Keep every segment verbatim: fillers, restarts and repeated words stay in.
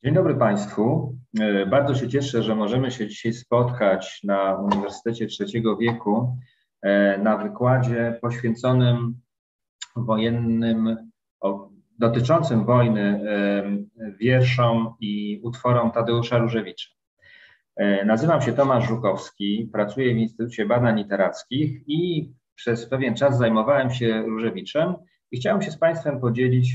Dzień dobry Państwu. Bardzo się cieszę, że możemy się dzisiaj spotkać na Uniwersytecie Trzeciego Wieku na wykładzie poświęconym wojennym, dotyczącym wojny, wierszom i utworom Tadeusza Różewicza. Nazywam się Tomasz Żukowski, pracuję w Instytucie Badań Literackich i przez pewien czas zajmowałem się Różewiczem i chciałem się z Państwem podzielić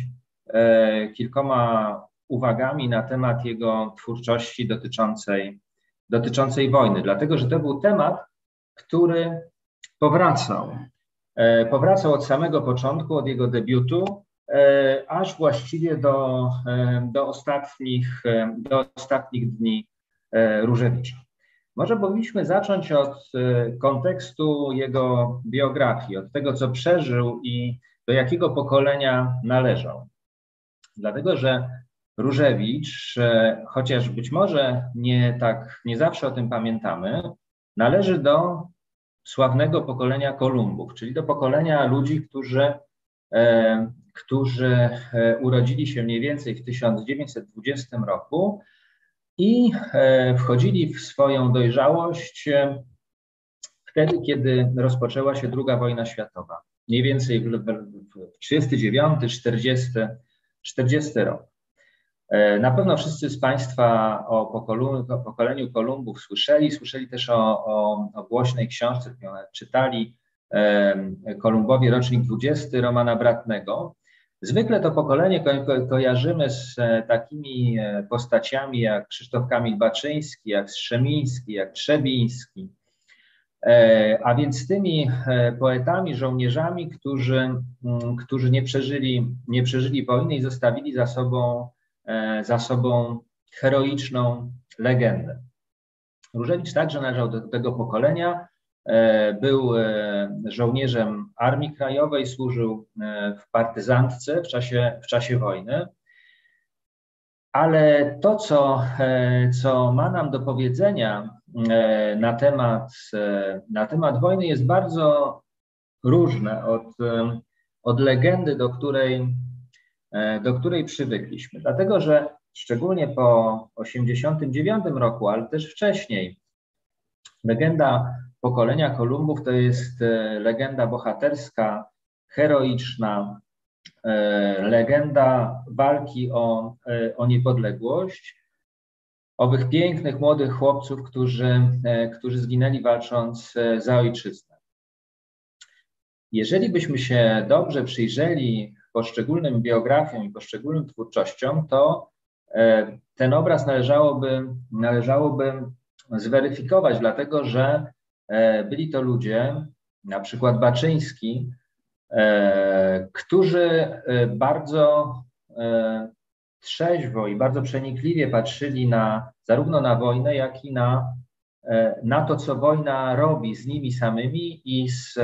kilkoma uwagami na temat jego twórczości dotyczącej, dotyczącej wojny, dlatego że to był temat, który powracał. Powracał od samego początku, od jego debiutu, aż właściwie do, do, ostatnich, do ostatnich dni Różewicza. Może powinniśmy zacząć od kontekstu jego biografii, od tego, co przeżył i do jakiego pokolenia należał. Dlatego, że Różewicz, chociaż być może nie tak, nie zawsze o tym pamiętamy, należy do sławnego pokolenia Kolumbów, czyli do pokolenia ludzi, którzy, e, którzy urodzili się mniej więcej w tysiąc dziewięćset dwudziestym roku i e, wchodzili w swoją dojrzałość e, wtedy, kiedy rozpoczęła się druga wojna światowa. Mniej więcej w, w, w trzydziestym dziewiątym, czterdziestym, czterdziestym rok. Na pewno wszyscy z Państwa o pokoleniu, o pokoleniu Kolumbów słyszeli, słyszeli też o, o, o głośnej książce, którą czytali, e, Kolumbowie, rocznik dwudziesty Romana Bratnego. Zwykle to pokolenie ko ko kojarzymy z e, takimi postaciami jak Krzysztof Kamil Baczyński, jak Strzemiński, jak Trzebiński, e, a więc z tymi e, poetami, żołnierzami, którzy, m, którzy nie, przeżyli, nie przeżyli wojny i zostawili za sobą za sobą heroiczną legendę. Różewicz także należał do tego pokolenia, był żołnierzem Armii Krajowej, służył w partyzantce w czasie, w czasie wojny, ale to, co, co ma nam do powiedzenia na temat, na temat wojny, jest bardzo różne od, od legendy, do której do której przywykliśmy. Dlatego, że szczególnie po osiemdziesiątym dziewiątym roku, ale też wcześniej, legenda pokolenia Kolumbów to jest legenda bohaterska, heroiczna, legenda walki o, o niepodległość, owych pięknych młodych chłopców, którzy, którzy zginęli walcząc za ojczyznę. Jeżeli byśmy się dobrze przyjrzeli poszczególnym biografiom i poszczególnym twórczościom, to ten obraz należałoby, należałoby zweryfikować, dlatego że byli to ludzie, na przykład Baczyński, którzy bardzo trzeźwo i bardzo przenikliwie patrzyli na, zarówno na wojnę, jak i na, na to, co wojna robi z nimi samymi i z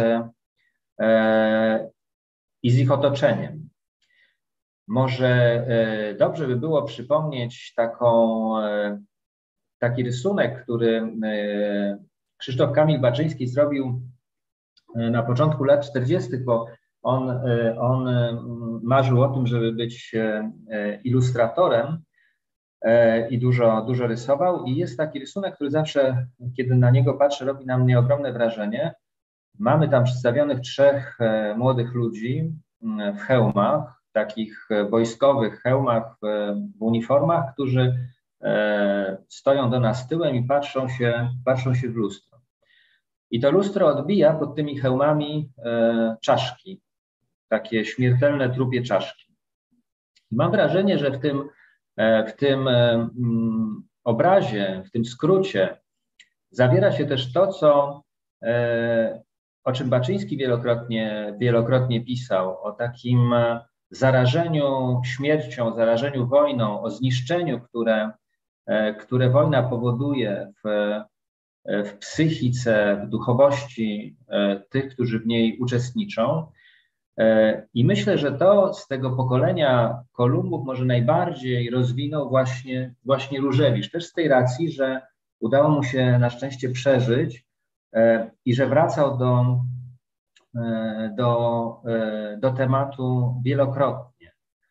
i z ich otoczeniem. Może dobrze by było przypomnieć taką, taki rysunek, który Krzysztof Kamil Baczyński zrobił na początku lat czterdziestych, bo on, on marzył o tym, żeby być ilustratorem i dużo, dużo rysował. I jest taki rysunek, który zawsze, kiedy na niego patrzę, robi na mnie ogromne wrażenie. Mamy tam przedstawionych trzech e, młodych ludzi e, w hełmach, takich wojskowych hełmach, w, w uniformach, którzy e, stoją do nas tyłem i patrzą się, patrzą się w lustro. I to lustro odbija pod tymi hełmami e, czaszki, takie śmiertelne trupie czaszki. I mam wrażenie, że w tym, e, w tym e, m, obrazie, w tym skrócie zawiera się też to, co e, o czym Baczyński wielokrotnie, wielokrotnie pisał, o takim zarażeniu śmiercią, zarażeniu wojną, o zniszczeniu, które, które wojna powoduje w, w psychice, w duchowości tych, którzy w niej uczestniczą. I myślę, że to z tego pokolenia Kolumbów może najbardziej rozwinął właśnie, właśnie Różewicz. Też z tej racji, że udało mu się na szczęście przeżyć i że wracał do, do, do tematu wielokrotnie.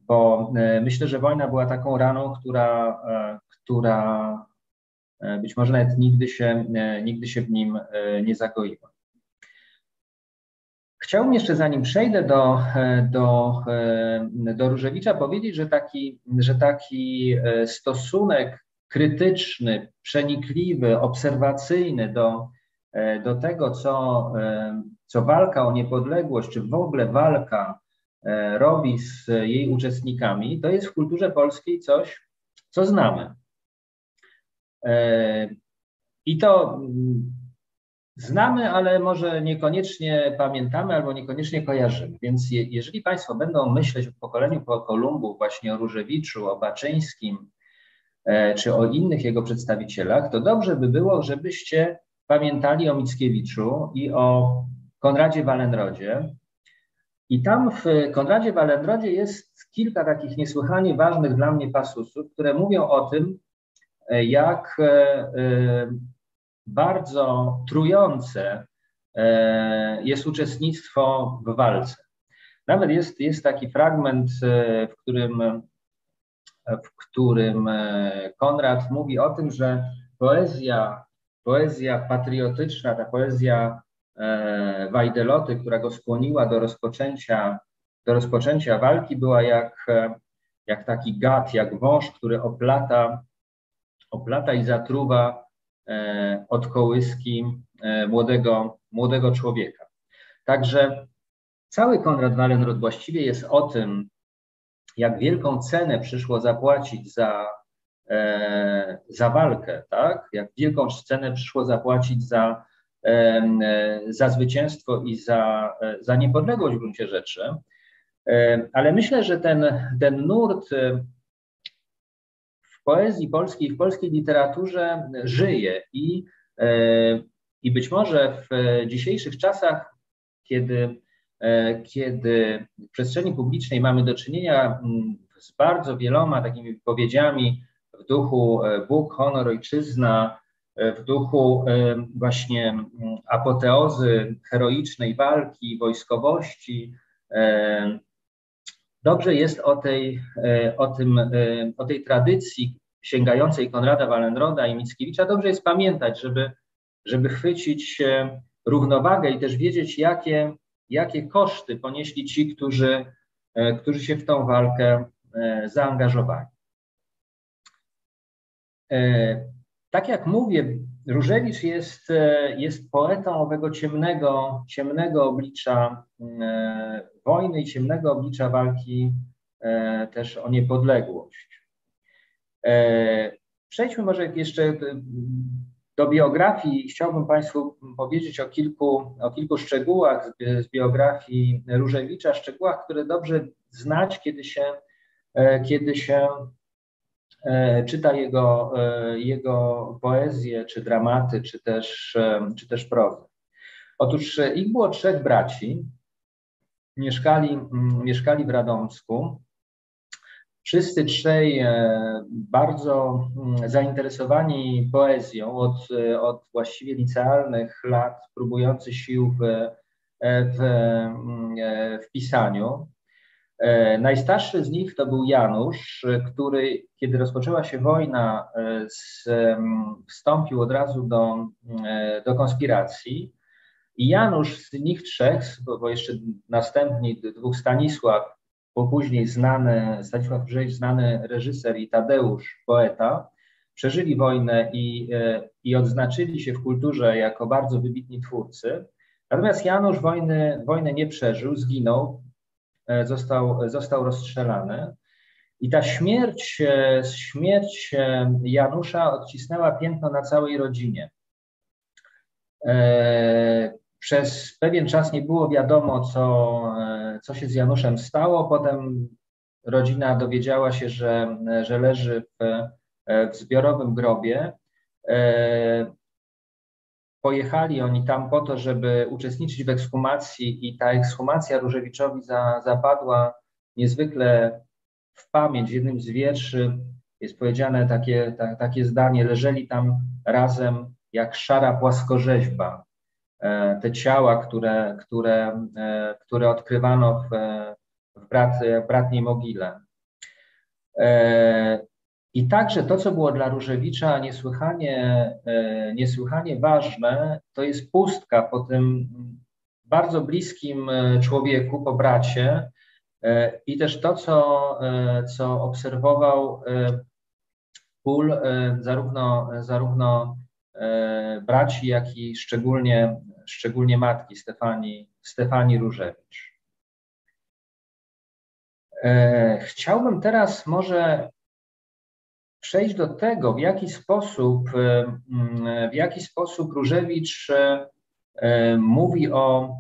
bo myślę, że wojna była taką raną, która, która być może nawet nigdy się, nigdy się w nim nie zagoiła. Chciałbym jeszcze, zanim przejdę do, do, do Różewicza, powiedzieć, że taki, że taki stosunek krytyczny, przenikliwy, obserwacyjny do, do tego, co, co walka o niepodległość, czy w ogóle walka robi z jej uczestnikami, to jest w kulturze polskiej coś, co znamy. I to znamy, ale może niekoniecznie pamiętamy albo niekoniecznie kojarzymy. Więc je, jeżeli Państwo będą myśleć w pokoleniu po Kolumbów właśnie o Różewiczu, o Baczyńskim, e, czy o innych jego przedstawicielach, to dobrze by było, żebyście pamiętali o Mickiewiczu i o Konradzie Wallenrodzie. I tam w Konradzie Wallenrodzie jest kilka takich niesłychanie ważnych dla mnie pasusów, które mówią o tym, jak e, e, bardzo trujące jest uczestnictwo w walce. Nawet jest, jest taki fragment, w którym, w którym Konrad mówi o tym, że poezja, poezja patriotyczna, ta poezja Wajdeloty, która go skłoniła do rozpoczęcia, do rozpoczęcia walki, była jak, jak taki gad, jak wąż, który oplata, oplata i zatruwa od kołyski młodego, młodego człowieka. Także cały Konrad Wallenrod właściwie jest o tym, jak wielką cenę przyszło zapłacić za, za walkę, tak? Jak wielką cenę przyszło zapłacić za, za zwycięstwo i za, za niepodległość w gruncie rzeczy. Ale myślę, że ten, ten nurt w poezji polskiej, w polskiej literaturze żyje i, i być może w dzisiejszych czasach, kiedy, kiedy w przestrzeni publicznej mamy do czynienia z bardzo wieloma takimi wypowiedziami w duchu Bóg, honor, ojczyzna, w duchu właśnie apoteozy heroicznej walki, wojskowości, dobrze jest o tej, o tym, o tej tradycji sięgającej Konrada Wallenroda i Mickiewicza, dobrze jest pamiętać, żeby, żeby chwycić równowagę i też wiedzieć, jakie, jakie koszty ponieśli ci, którzy, którzy się w tą walkę zaangażowali. Tak jak mówię, Różewicz jest, jest poetą owego ciemnego, ciemnego oblicza wojny i ciemnego oblicza walki też o niepodległość. Przejdźmy może jeszcze do biografii. Chciałbym Państwu powiedzieć o kilku, o kilku szczegółach z, z biografii Różewicza, szczegółach, które dobrze znać, kiedy się, kiedy się czyta jego, jego poezję, czy dramaty, czy też, czy też prozę. Otóż ich było trzech braci, mieszkali, mieszkali w Radomsku. Wszyscy trzej bardzo zainteresowani poezją od, od właściwie licealnych lat, próbujący sił w, w, w pisaniu. Najstarszy z nich to był Janusz, który, kiedy rozpoczęła się wojna, wstąpił od razu do, do konspiracji. I Janusz z nich trzech, bo jeszcze następni dwóch Stanisław, bo później znany, Stanisław Brzeź, znany reżyser, i Tadeusz, poeta, przeżyli wojnę i, i odznaczyli się w kulturze jako bardzo wybitni twórcy. Natomiast Janusz wojny, wojny nie przeżył, zginął, został, został rozstrzelany. I ta śmierć, śmierć Janusza odcisnęła piętno na całej rodzinie. Przez pewien czas nie było wiadomo, co, co się z Januszem stało. Potem rodzina dowiedziała się, że, że leży w, w zbiorowym grobie. Pojechali oni tam po to, żeby uczestniczyć w ekshumacji, i ta ekshumacja Różewiczowi za, zapadła niezwykle w pamięć. W jednym z wierszy jest powiedziane takie, ta, takie zdanie: leżeli tam razem jak szara płaskorzeźba. Te ciała, które, które, które odkrywano w, w, brat, w bratniej mogile. I także to, co było dla Różewicza niesłychanie, niesłychanie ważne, to jest pustka po tym bardzo bliskim człowieku, po bracie, i też to, co, co obserwował Pól, zarówno, zarówno braci, jak i szczególnie, szczególnie matki Stefanii, Stefanii Różewicz. Chciałbym teraz może przejść do tego, w jaki sposób, w jaki sposób Różewicz mówi o,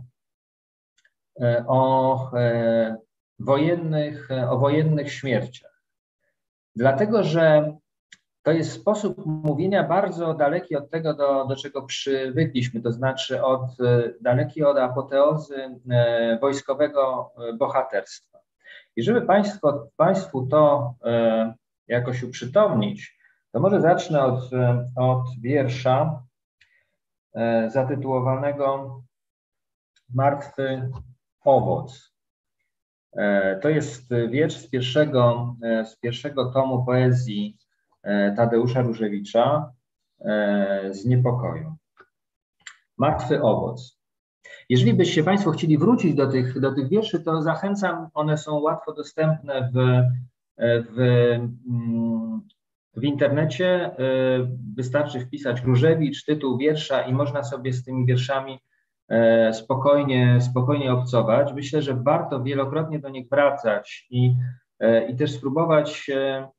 o, wojennych, o wojennych śmierciach. Dlatego, że to jest sposób mówienia bardzo daleki od tego, do, do czego przywykliśmy, to znaczy od, daleki od apoteozy wojskowego bohaterstwa. I żeby Państwo, Państwu to jakoś uprzytomnić, to może zacznę od, od wiersza zatytułowanego Martwy owoc. To jest wiersz z pierwszego, z pierwszego tomu poezji Tadeusza Różewicza Z niepokoju. Martwy owoc. Jeżeli byście Państwo chcieli wrócić do tych, do tych wierszy, to zachęcam, one są łatwo dostępne w, w, w internecie. Wystarczy wpisać Różewicz, tytuł wiersza i można sobie z tymi wierszami spokojnie, spokojnie obcować. Myślę, że warto wielokrotnie do nich wracać i, i też spróbować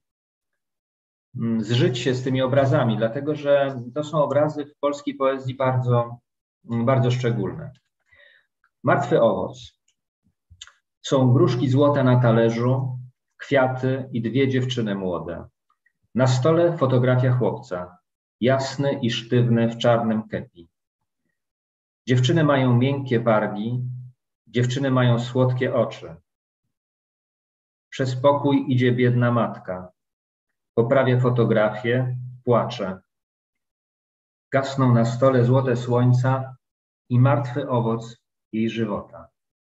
zżyć się z tymi obrazami, dlatego że to są obrazy w polskiej poezji bardzo, bardzo szczególne. Martwy owoc. Są gruszki złote na talerzu, kwiaty i dwie dziewczyny młode. Na stole fotografia chłopca, jasny i sztywny w czarnym kepi. Dziewczyny mają miękkie wargi, dziewczyny mają słodkie oczy. Przez pokój idzie biedna matka. Poprawia fotografię, płacze. Gasną na stole złote słońca i martwy owoc jej żywota.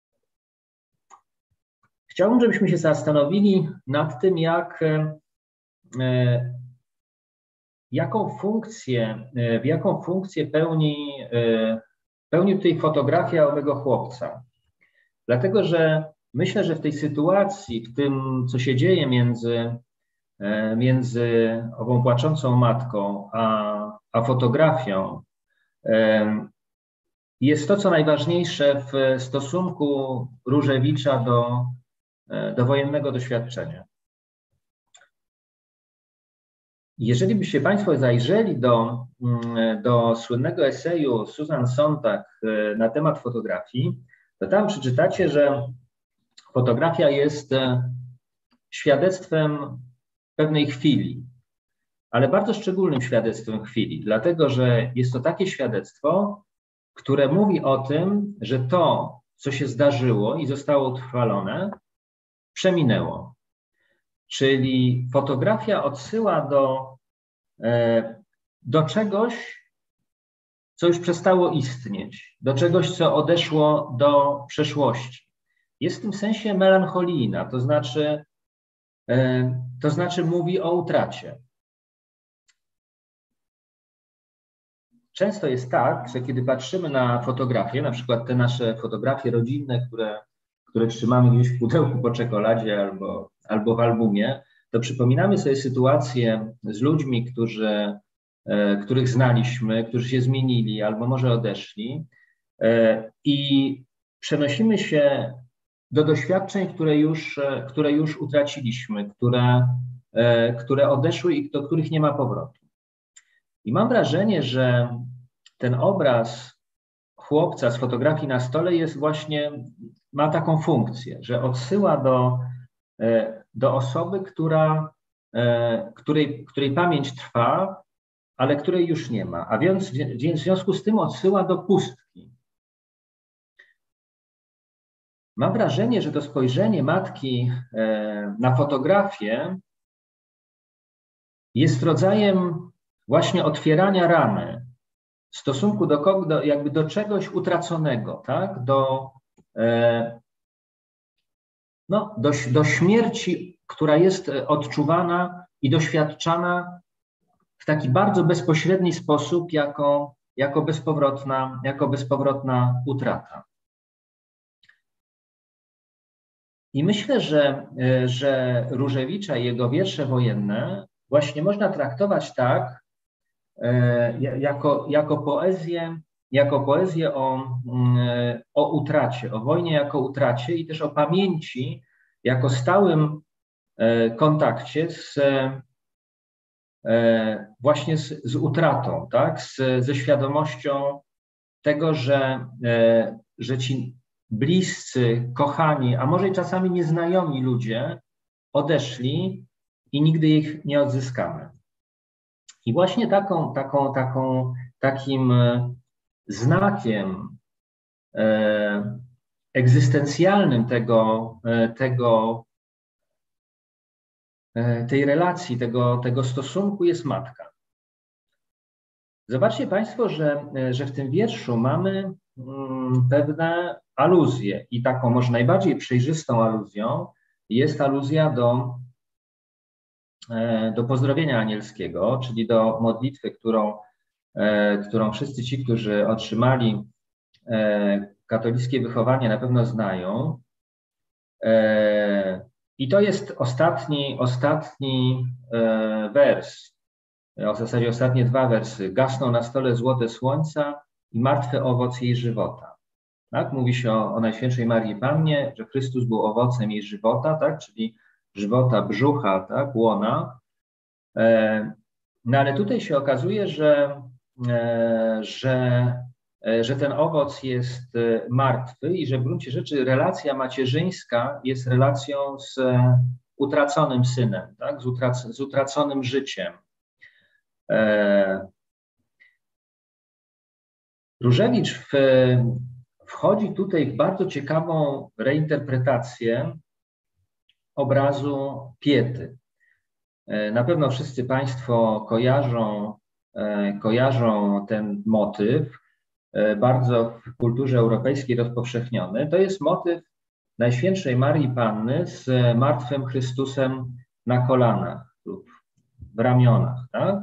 Chciałbym, żebyśmy się zastanowili nad tym, jak, e, jaką funkcję, e, w jaką funkcję pełni, e, pełni tutaj fotografia owego chłopca. Dlatego, że myślę, że w tej sytuacji, w tym, co się dzieje między między ową płaczącą matką a, a fotografią, jest to, co najważniejsze w stosunku Różewicza do, do wojennego doświadczenia. Jeżeli byście Państwo zajrzeli do, do słynnego eseju Susan Sontag na temat fotografii, to tam przeczytacie, że fotografia jest świadectwem pewnej chwili, ale bardzo szczególnym świadectwem chwili, dlatego że jest to takie świadectwo, które mówi o tym, że to, co się zdarzyło i zostało utrwalone, przeminęło. Czyli fotografia odsyła do, do czegoś, co już przestało istnieć, do czegoś, co odeszło do przeszłości. Jest w tym sensie melancholijna, to znaczy To znaczy mówi o utracie. Często jest tak, że kiedy patrzymy na fotografie, na przykład te nasze fotografie rodzinne, które, które trzymamy gdzieś w pudełku po czekoladzie albo, albo w albumie, to przypominamy sobie sytuacje z ludźmi, którzy, których znaliśmy, którzy się zmienili albo może odeszli i przenosimy się do doświadczeń, które już, które już utraciliśmy, które, które odeszły i do których nie ma powrotu. I mam wrażenie, że ten obraz chłopca z fotografii na stole jest właśnie, ma taką funkcję, że odsyła do, do osoby, która, której, której pamięć trwa, ale której już nie ma, a więc, więc w związku z tym odsyła do pustki. Mam wrażenie, że to spojrzenie matki na fotografię jest rodzajem właśnie otwierania rany w stosunku do, do, jakby do czegoś utraconego, tak? do, no, do, do śmierci która jest odczuwana i doświadczana w taki bardzo bezpośredni sposób jako, jako, bezpowrotna, jako bezpowrotna utrata. I myślę, że, że Różewicza i jego wiersze wojenne właśnie można traktować tak, jako, jako poezję, jako poezję o, o utracie, o wojnie jako utracie i też o pamięci jako stałym kontakcie z, właśnie z, z utratą, tak? z, ze świadomością tego, że, że ci bliscy, kochani, a może i czasami nieznajomi ludzie odeszli i nigdy ich nie odzyskamy. I właśnie taką, taką, taką, takim znakiem e, egzystencjalnym tego, tego, e, tej relacji, tego, tego stosunku jest matka. Zobaczcie Państwo, że, że w tym wierszu mamy mm, pewne aluzje i taką może najbardziej przejrzystą aluzją jest aluzja do, e, do pozdrowienia anielskiego, czyli do modlitwy, którą, e, którą wszyscy ci, którzy otrzymali e, katolickie wychowanie, na pewno znają. E, I to jest ostatni, ostatni e, wers. W zasadzie ostatnie dwa wersy. Gasną na stole złote słońca i martwy owoc jej żywota. Tak? Mówi się o, o Najświętszej Marii Pannie, że Chrystus był owocem jej żywota, tak? Czyli żywota brzucha, tak? Łona. E, no ale tutaj się okazuje, że, e, że, e, że ten owoc jest martwy i że w gruncie rzeczy relacja macierzyńska jest relacją z utraconym synem, tak? z, utrac z utraconym życiem. Różewicz w, wchodzi tutaj w bardzo ciekawą reinterpretację obrazu Piety. Na pewno wszyscy Państwo kojarzą, kojarzą ten motyw, bardzo w kulturze europejskiej rozpowszechniony. To jest motyw Najświętszej Marii Panny z martwym Chrystusem na kolanach lub w ramionach, tak?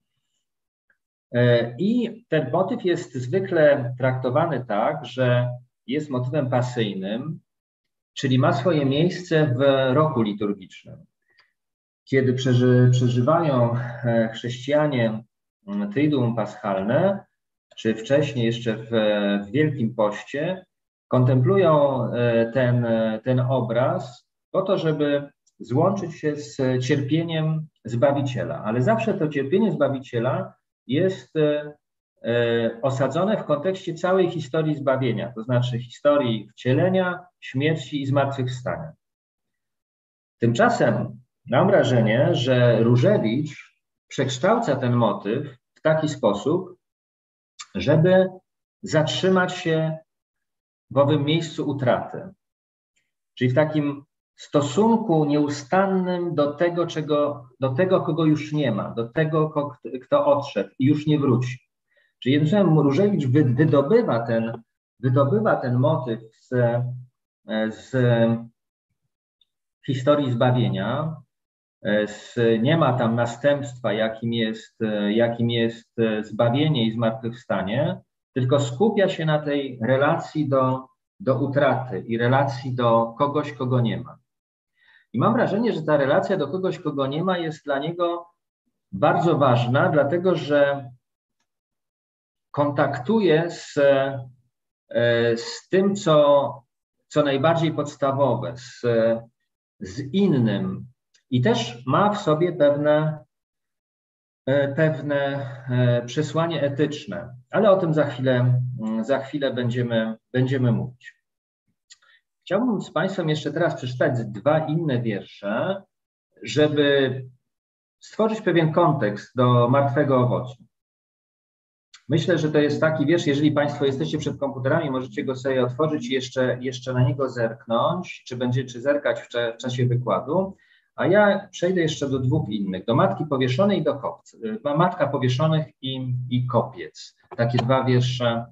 I ten motyw jest zwykle traktowany tak, że jest motywem pasyjnym, czyli ma swoje miejsce w roku liturgicznym. Kiedy przeży, przeżywają chrześcijanie Triduum Paschalne, czy wcześniej jeszcze w, w Wielkim Poście, kontemplują ten, ten obraz po to, żeby złączyć się z cierpieniem Zbawiciela. Ale zawsze to cierpienie Zbawiciela jest osadzone w kontekście całej historii zbawienia, to znaczy historii wcielenia, śmierci i zmartwychwstania. Tymczasem mam wrażenie, że Różewicz przekształca ten motyw w taki sposób, żeby zatrzymać się w owym miejscu utraty, czyli w takim stosunku nieustannym do tego, czego, do tego, kogo już nie ma, do tego, kto odszedł i już nie wróci. Czyli jednym słowem Różewicz wydobywa ten, wydobywa ten motyw z, z historii zbawienia. Z, nie ma tam następstwa, jakim jest, jakim jest zbawienie i zmartwychwstanie, tylko skupia się na tej relacji do, do utraty i relacji do kogoś, kogo nie ma. I mam wrażenie, że ta relacja do kogoś, kogo nie ma, jest dla niego bardzo ważna, dlatego że kontaktuje z, z tym, co, co najbardziej podstawowe, z, z innym i też ma w sobie pewne, pewne przesłanie etyczne, ale o tym za chwilę, za chwilę będziemy, będziemy mówić. Chciałbym z Państwem jeszcze teraz przeczytać dwa inne wiersze, żeby stworzyć pewien kontekst do martwego owocu. Myślę, że to jest taki wiersz, jeżeli Państwo jesteście przed komputerami, możecie go sobie otworzyć i jeszcze, jeszcze na niego zerknąć, czy będzie, czy zerkać w, cze, w czasie wykładu. A ja przejdę jeszcze do dwóch innych, do Matki Powieszonej i do Kopca. Matka Powieszonych i, i Kopiec. Takie dwa wiersze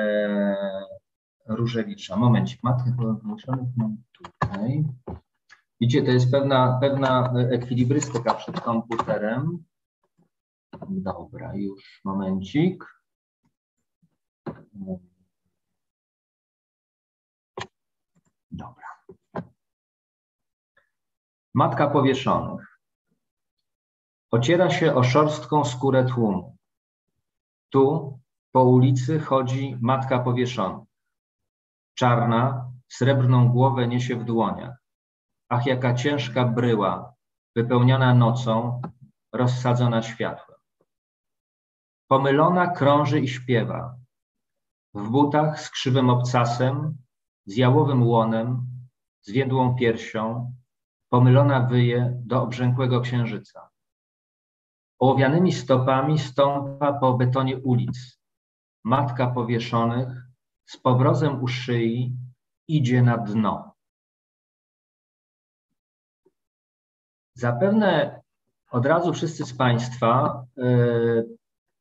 e, Różewicza. Momencik, Matkę Powieszonych mam tutaj. Widzicie, to jest pewna, pewna ekwilibrystyka przed komputerem. Dobra, już momencik. Dobra. Matka powieszonych. Ociera się o szorstką skórę tłumu. Tu po ulicy chodzi matka powieszonych. Czarna, srebrną głowę niesie w dłoniach. Ach, jaka ciężka bryła, wypełniona nocą, rozsadzona światłem. Pomylona krąży i śpiewa. W butach z krzywym obcasem, z jałowym łonem, z więdłą piersią, pomylona wyje do obrzękłego księżyca. Ołowianymi stopami stąpa po betonie ulic. Matka powieszonych z powrozem u szyi idzie na dno. Zapewne od razu wszyscy z Państwa yy,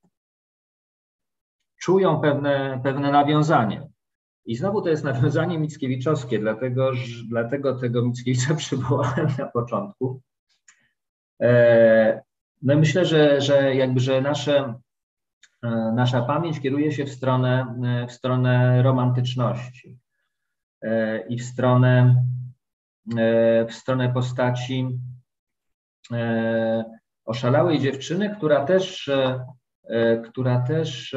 czują pewne, pewne nawiązanie. I znowu to jest nawiązanie mickiewiczowskie, dlatego, że, dlatego tego Mickiewicza przywołałem na początku. Yy, no i myślę, że, że, jakby, że nasze, yy, nasza pamięć kieruje się w stronę, yy, w stronę romantyczności yy, i w stronę, yy, w stronę postaci oszalałej dziewczyny, która też, która też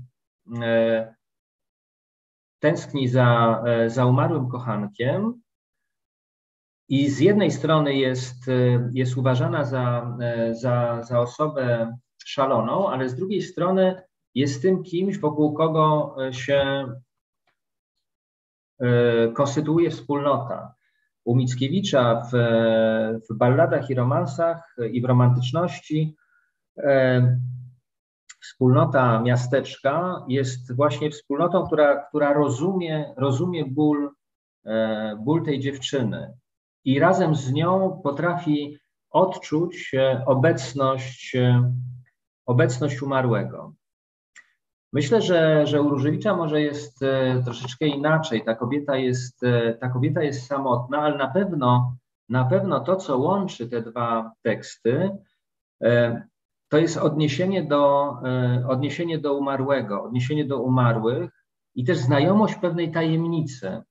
tęskni za, za umarłym kochankiem i z jednej strony jest, jest uważana za, za, za osobę szaloną, ale z drugiej strony jest tym kimś, wokół kogo się konstytuuje wspólnota. U Mickiewicza w, w balladach i romansach i w romantyczności e, wspólnota miasteczka jest właśnie wspólnotą, która, która rozumie, rozumie ból, e, ból tej dziewczyny i razem z nią potrafi odczuć obecność, obecność umarłego. Myślę, że, że u Różewicza może jest troszeczkę inaczej. Ta kobieta jest, ta kobieta jest samotna, ale na pewno, na pewno to, co łączy te dwa teksty, to jest odniesienie do, odniesienie do umarłego, odniesienie do umarłych i też znajomość pewnej tajemnicy.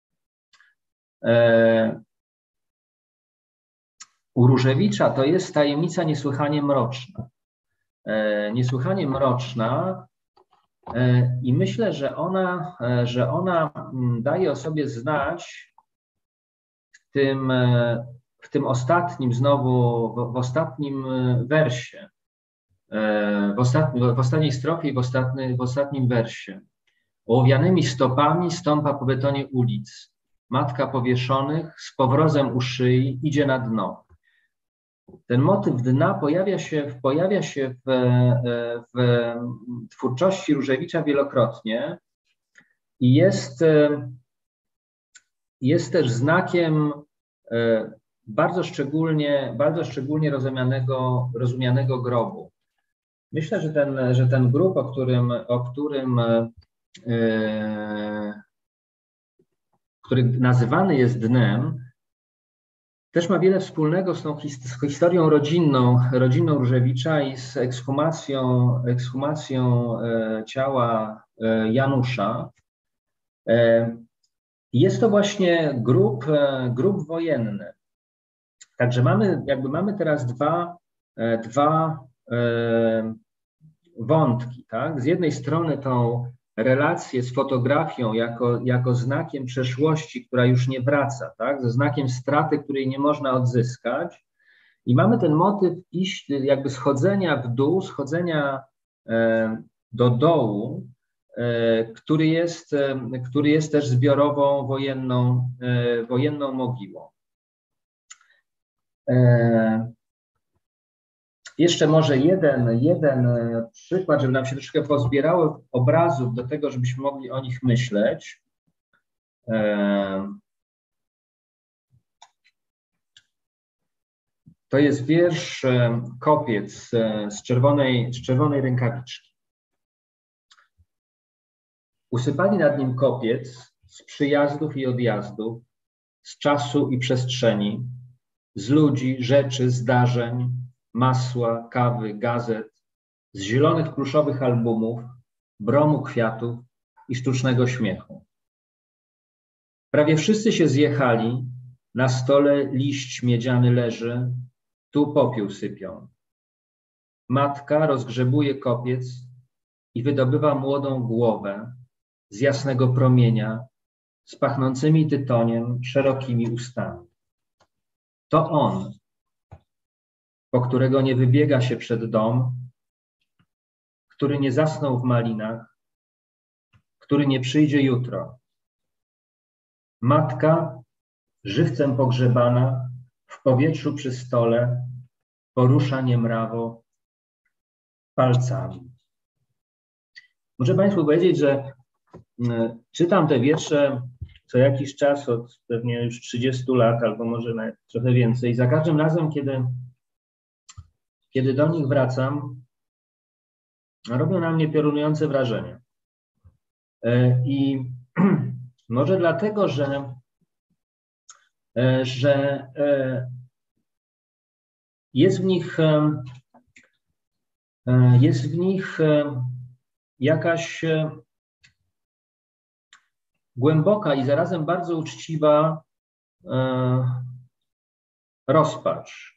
U Różewicza to jest tajemnica niesłychanie mroczna. Niesłychanie mroczna, i myślę, że ona, że ona daje o sobie znać w tym, w tym ostatnim, znowu w, w ostatnim wersie, w, ostatni, w ostatniej strofie i w, ostatni, w ostatnim wersie. Ołowianymi stopami stąpa po betonie ulic. Matka powieszonych z powrozem u szyi idzie na dno. Ten motyw dna pojawia się, pojawia się w, w twórczości Różewicza wielokrotnie i jest, jest też znakiem bardzo szczególnie, bardzo szczególnie rozumianego, rozumianego grobu. Myślę, że ten, że ten grób, o którym, o którym który nazywany jest dnem, też ma wiele wspólnego z tą z historią rodzinną, rodzinną Różewicza i z ekshumacją, ekshumacją e, ciała e, Janusza. E, jest to właśnie grób, e, grób wojenny. Także mamy, jakby mamy teraz dwa, e, dwa e, wątki. Tak? Z jednej strony tą relację z fotografią jako, jako znakiem przeszłości, która już nie wraca, tak? Ze znakiem straty, której nie można odzyskać. I mamy ten motyw iść, jakby schodzenia w dół, schodzenia e, do dołu, e, który, jest, e, który jest też zbiorową wojenną, e, wojenną mogiłą. E, Jeszcze może jeden, jeden przykład, żeby nam się troszkę pozbierało obrazów do tego, żebyśmy mogli o nich myśleć. To jest wiersz Kopiec z czerwonej, z czerwonej rękawiczki. Usypali nad nim kopiec z przyjazdów i odjazdów, z czasu i przestrzeni, z ludzi, rzeczy, zdarzeń, masła, kawy, gazet, z zielonych pluszowych albumów, bromu kwiatów i sztucznego śmiechu. Prawie wszyscy się zjechali, na stole liść miedziany leży, tu popiół sypią. Matka rozgrzebuje kopiec i wydobywa młodą głowę z jasnego promienia, z pachnącymi tytoniem, szerokimi ustami. To on, po którego nie wybiega się przed dom, który nie zasnął w malinach, który nie przyjdzie jutro. Matka, żywcem pogrzebana, w powietrzu przy stole, porusza niemrawo palcami. Muszę Państwu powiedzieć, że czytam te wiersze co jakiś czas, od pewnie już trzydziestu lat, albo może nawet trochę więcej. I za każdym razem, kiedy, kiedy do nich wracam, robią na mnie piorunujące wrażenie. I może dlatego, że, że jest w nich, jest w nich jakaś głęboka i zarazem bardzo uczciwa rozpacz.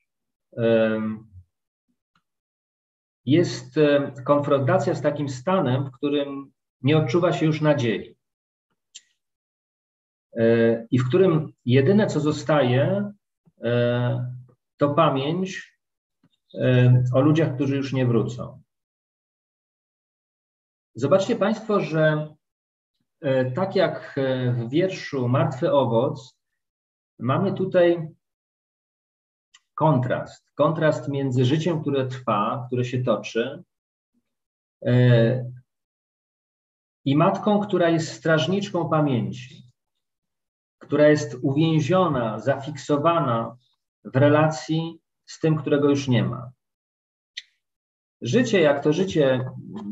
Jest konfrontacja z takim stanem, w którym nie odczuwa się już nadziei i w którym jedyne, co zostaje, to pamięć o ludziach, którzy już nie wrócą. Zobaczcie Państwo, że tak jak w wierszu Martwy owoc, mamy tutaj kontrast. Kontrast między życiem, które trwa, które się toczy, i matką, która jest strażniczką pamięci, która jest uwięziona, zafiksowana w relacji z tym, którego już nie ma. Życie, jak to życie,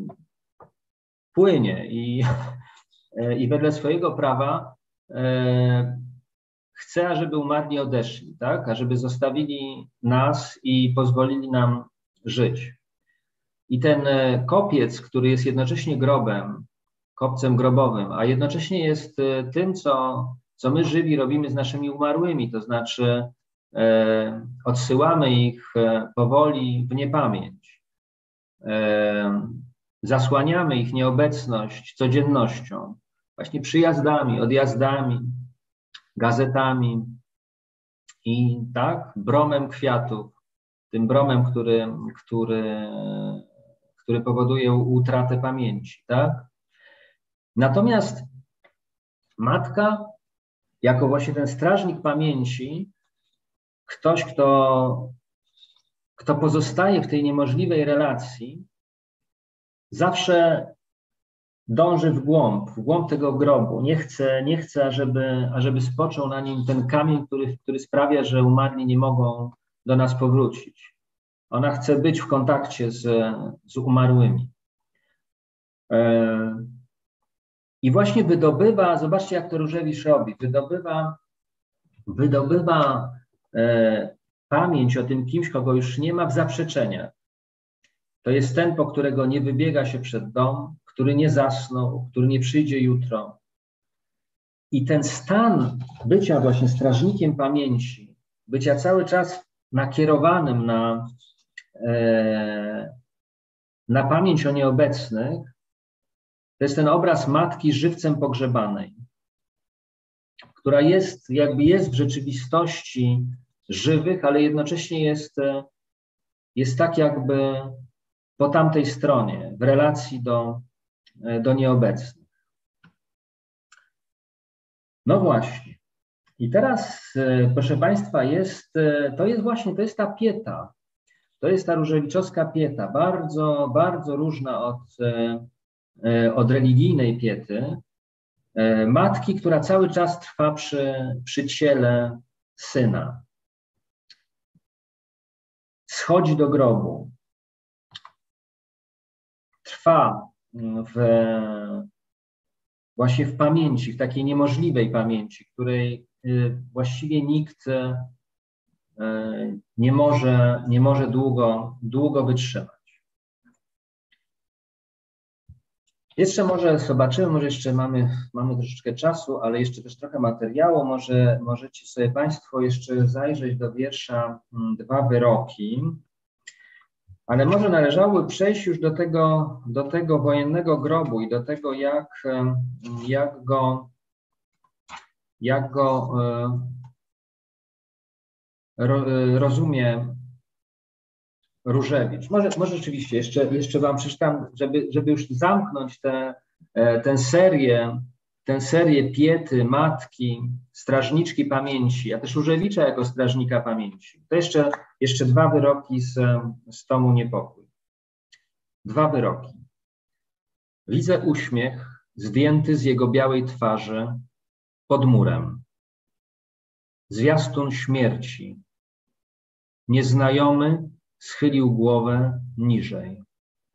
płynie i, i wedle swojego prawa e, chce, ażeby umarli odeszli, tak? Ażeby zostawili nas i pozwolili nam żyć. I ten kopiec, który jest jednocześnie grobem, kopcem grobowym, a jednocześnie jest tym, co, co my żywi robimy z naszymi umarłymi, to znaczy e, odsyłamy ich powoli w niepamięć. E, zasłaniamy ich nieobecność codziennością, właśnie przyjazdami, odjazdami, gazetami i tak, bromem kwiatów, tym bromem, który, który, który powoduje utratę pamięci, tak? Natomiast matka, jako właśnie ten strażnik pamięci, ktoś, kto, kto pozostaje w tej niemożliwej relacji, zawsze dąży w głąb, w głąb tego grobu. Nie chce, nie chce ażeby, ażeby spoczął na nim ten kamień, który, który sprawia, że umarli nie mogą do nas powrócić. Ona chce być w kontakcie z, z umarłymi. E, I właśnie wydobywa, zobaczcie, jak to Różewicz robi, wydobywa, wydobywa e, pamięć o tym kimś, kogo już nie ma, w zaprzeczeniach. To jest ten, po którego nie wybiega się przed dom, który nie zasnął, który nie przyjdzie jutro. I ten stan bycia właśnie strażnikiem pamięci, bycia cały czas nakierowanym na, e, na pamięć o nieobecnych, to jest ten obraz matki żywcem pogrzebanej, która jest, jakby jest w rzeczywistości żywych, ale jednocześnie jest, jest tak jakby po tamtej stronie, w relacji do, do nieobecnych. No właśnie. I teraz, proszę Państwa, jest, to jest właśnie, to jest ta pieta, to jest ta różewiczowska pieta, bardzo, bardzo różna od, od religijnej piety, matki, która cały czas trwa przy, przy ciele syna. Schodzi do grobu. Trwa w, właśnie w pamięci, w takiej niemożliwej pamięci, której właściwie nikt, nie może, nie może długo, długo wytrzymać. Jeszcze może zobaczymy, może jeszcze mamy, mamy troszeczkę czasu, ale jeszcze też trochę materiału. Może możecie sobie Państwo jeszcze zajrzeć do wiersza Dwa wyroki. Ale może należałoby przejść już do tego, do tego wojennego grobu i do tego, jak, jak go, jak go ro, rozumie Różewicz. Może, może rzeczywiście jeszcze, jeszcze Wam przeczytam, żeby, żeby już zamknąć tę tę serię, tę serię Piety, Matki, Strażniczki Pamięci, a też Różewicza jako Strażnika Pamięci. To jeszcze, jeszcze dwa wyroki z, z tomu Niepokój. Dwa wyroki. Widzę uśmiech zdjęty z jego białej twarzy pod murem. Zwiastun śmierci. Nieznajomy schylił głowę niżej.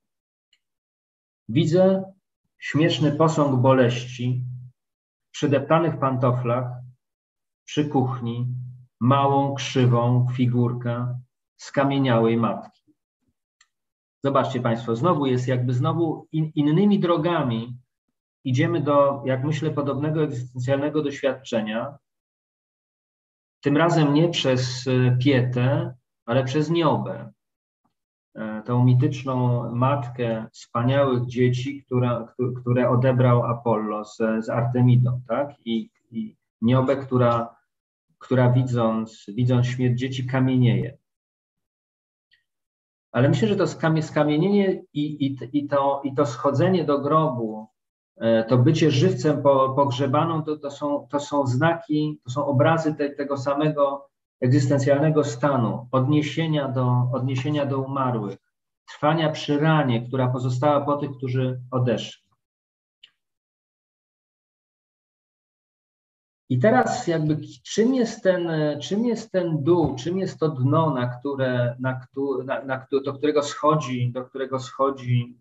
Widzę śmieszny posąg boleści w przydeptanych pantoflach przy kuchni, małą, krzywą figurkę skamieniałej matki. Zobaczcie Państwo, znowu jest jakby znowu in, innymi drogami idziemy do, jak myślę, podobnego egzystencjalnego doświadczenia. Tym razem nie przez Pietę, ale przez Niobę. Tą mityczną matkę wspaniałych dzieci, która, które odebrał Apollo z, z Artemidą, tak? I, i Niobę, która, która widząc, widząc śmierć dzieci kamienieje. Ale myślę, że to skamienienie i, i, i, to, i to schodzenie do grobu, to bycie żywcem po, pogrzebaną, to, to, są, to są znaki, to są obrazy te, tego samego egzystencjalnego stanu, odniesienia do, odniesienia do umarłych, trwania przy ranie, która pozostała po tych, którzy odeszli. I teraz jakby czym jest ten, czym jest ten dół, czym jest to dno, na które, na, na, na, do którego schodzi, do którego schodzi,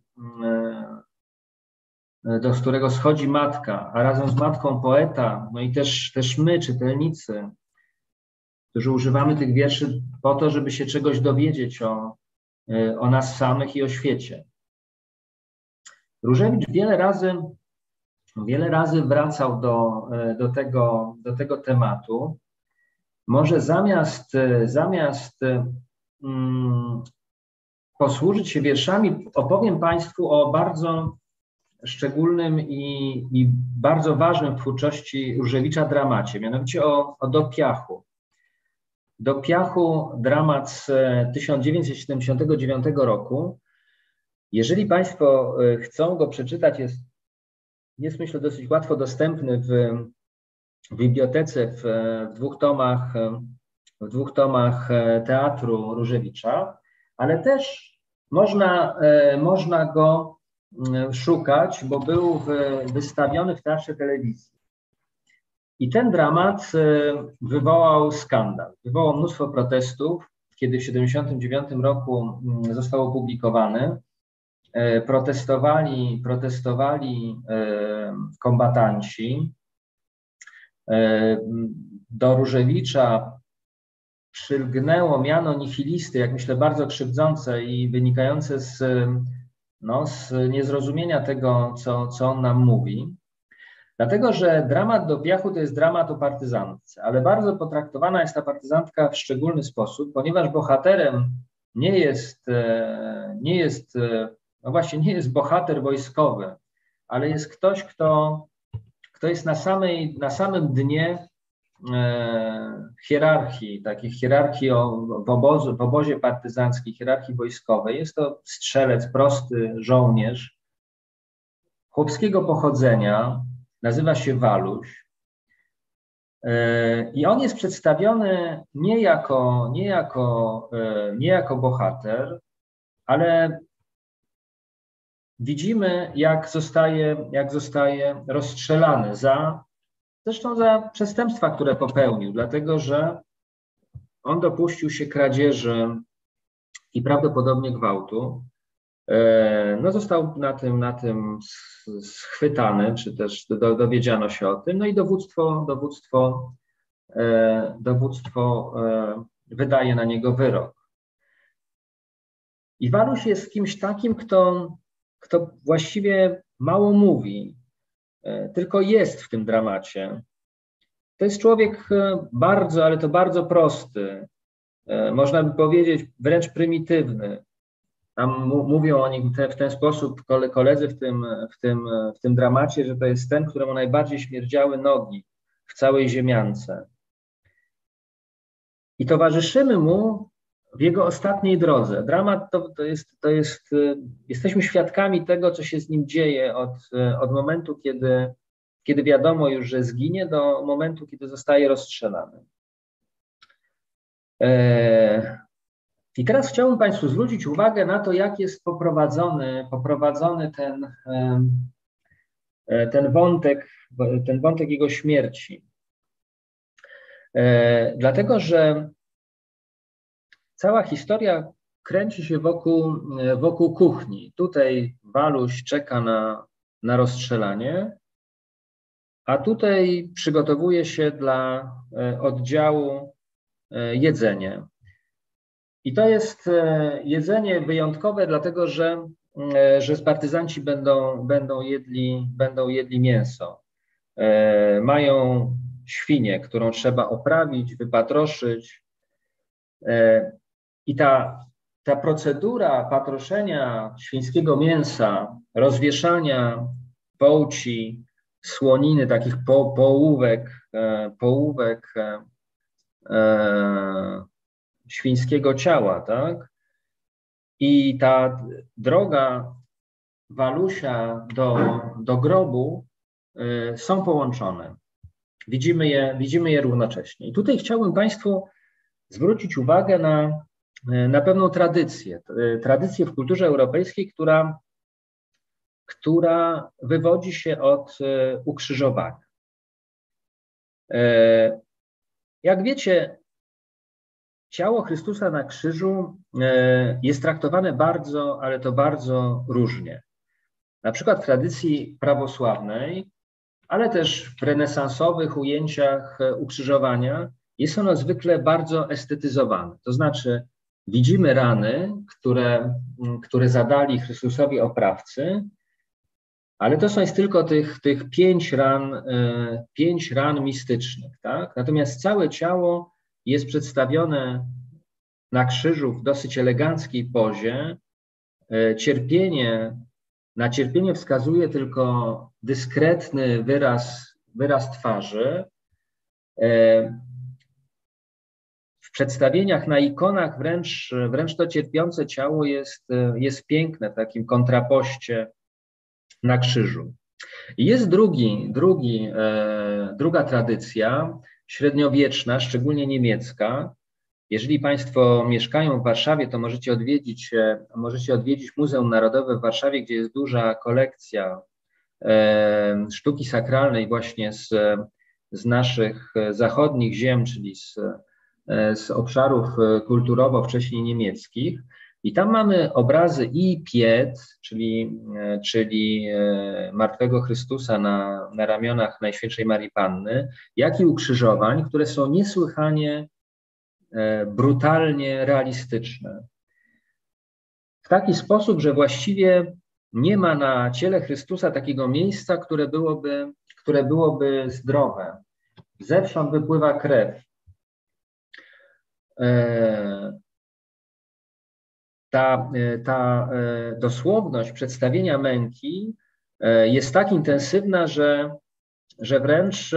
do którego schodzi matka, a razem z matką poeta, no i też, też my, czytelnicy, którzy używamy tych wierszy po to, żeby się czegoś dowiedzieć o, o nas samych i o świecie. Różewicz wiele razy, wiele razy wracał do, do, tego, do tego tematu. Może zamiast, zamiast um, posłużyć się wierszami, opowiem Państwu o bardzo szczególnym i, i bardzo ważnym w twórczości Różewicza dramacie, mianowicie o, o Do piachu. Do piachu, dramat z tysiąc dziewięćset siedemdziesiątego dziewiątego roku. Jeżeli Państwo chcą go przeczytać, jest, jest myślę dosyć łatwo dostępny w, w bibliotece w, w, dwóch tomach, w dwóch tomach teatru Różewicza, ale też można, można go szukać, bo był wystawiony w Teatrze Telewizji. I ten dramat wywołał skandal, wywołał mnóstwo protestów, kiedy w tysiąc dziewięćset siedemdziesiątym dziewiątym roku został opublikowany. Protestowali, protestowali kombatanci. Do Różewicza przylgnęło miano nihilisty, jak myślę, bardzo krzywdzące i wynikające z, no, z niezrozumienia tego, co, co on nam mówi. Dlatego, że dramat Do piachu to jest dramat o partyzantce, ale bardzo potraktowana jest ta partyzantka w szczególny sposób, ponieważ bohaterem nie jest, nie jest, no właśnie nie jest bohater wojskowy, ale jest ktoś, kto, kto jest na, samej, na samym dnie e, hierarchii, takiej hierarchii o, w, obozu, w obozie partyzanckiej, hierarchii wojskowej. Jest to strzelec, prosty żołnierz chłopskiego pochodzenia, nazywa się Waluś. I on jest przedstawiony nie jako, nie jako, nie jako bohater, ale widzimy, jak zostaje, jak zostaje rozstrzelany za, zresztą za przestępstwa, które popełnił, dlatego że on dopuścił się kradzieży i prawdopodobnie gwałtu. No został na tym, na tym schwytany, czy też do, dowiedziano się o tym, no i dowództwo, dowództwo, dowództwo wydaje na niego wyrok. I Waluś jest kimś takim, kto, kto właściwie mało mówi, tylko jest w tym dramacie. To jest człowiek bardzo, ale to bardzo prosty, można by powiedzieć wręcz prymitywny. Tam mówią o nim te, w ten sposób koledzy w tym, w, tym, w tym dramacie, że to jest ten, któremu najbardziej śmierdziały nogi w całej ziemiance. I towarzyszymy mu w jego ostatniej drodze. Dramat to, to, jest, to jest, jesteśmy świadkami tego, co się z nim dzieje od, od momentu, kiedy, kiedy wiadomo już, że zginie, do momentu, kiedy zostaje rozstrzelany. I teraz chciałbym Państwu zwrócić uwagę na to, jak jest poprowadzony, poprowadzony ten, ten, wątek, ten wątek jego śmierci. Dlatego, że cała historia kręci się wokół, wokół kuchni. Tutaj Waluś czeka na, na rozstrzelanie, a tutaj przygotowuje się dla oddziału jedzenie. I to jest jedzenie wyjątkowe, dlatego że, że partyzanci będą, będą, jedli, będą jedli mięso. Mają świnię, którą trzeba oprawić, wypatroszyć. I ta, ta procedura patroszenia świńskiego mięsa, rozwieszania połci, słoniny, takich po, połówek, połówek e, świńskiego ciała, tak? I ta droga Walusia do, do grobu y, są połączone. Widzimy je, widzimy je równocześnie. I tutaj chciałbym Państwu zwrócić uwagę na, na pewną tradycję. Tradycję w kulturze europejskiej, która, która wywodzi się od ukrzyżowania. Jak wiecie, ciało Chrystusa na krzyżu jest traktowane bardzo, ale to bardzo różnie. Na przykład w tradycji prawosławnej, ale też w renesansowych ujęciach ukrzyżowania jest ono zwykle bardzo estetyzowane. To znaczy widzimy rany, które, które zadali Chrystusowi oprawcy, ale to są jest tylko tych, tych pięć ran, pięć ran mistycznych, tak? Natomiast całe ciało jest przedstawione na krzyżu w dosyć eleganckiej pozie. Cierpienie, na cierpienie wskazuje tylko dyskretny wyraz, wyraz twarzy. W przedstawieniach na ikonach wręcz, wręcz to cierpiące ciało jest, jest piękne w takim kontrapoście na krzyżu. I jest drugi, drugi, druga tradycja, średniowieczna, szczególnie niemiecka. Jeżeli Państwo mieszkają w Warszawie, to możecie odwiedzić, możecie odwiedzić Muzeum Narodowe w Warszawie, gdzie jest duża kolekcja e, sztuki sakralnej właśnie z, z naszych zachodnich ziem, czyli z, z obszarów kulturowo wcześniej niemieckich. I tam mamy obrazy i piet, czyli, czyli martwego Chrystusa na, na ramionach Najświętszej Marii Panny, jak i ukrzyżowań, które są niesłychanie brutalnie realistyczne. W taki sposób, że właściwie nie ma na ciele Chrystusa takiego miejsca, które byłoby, które byłoby zdrowe. Zewsząd wypływa krew. Ta, ta dosłowność przedstawienia męki jest tak intensywna, że, że wręcz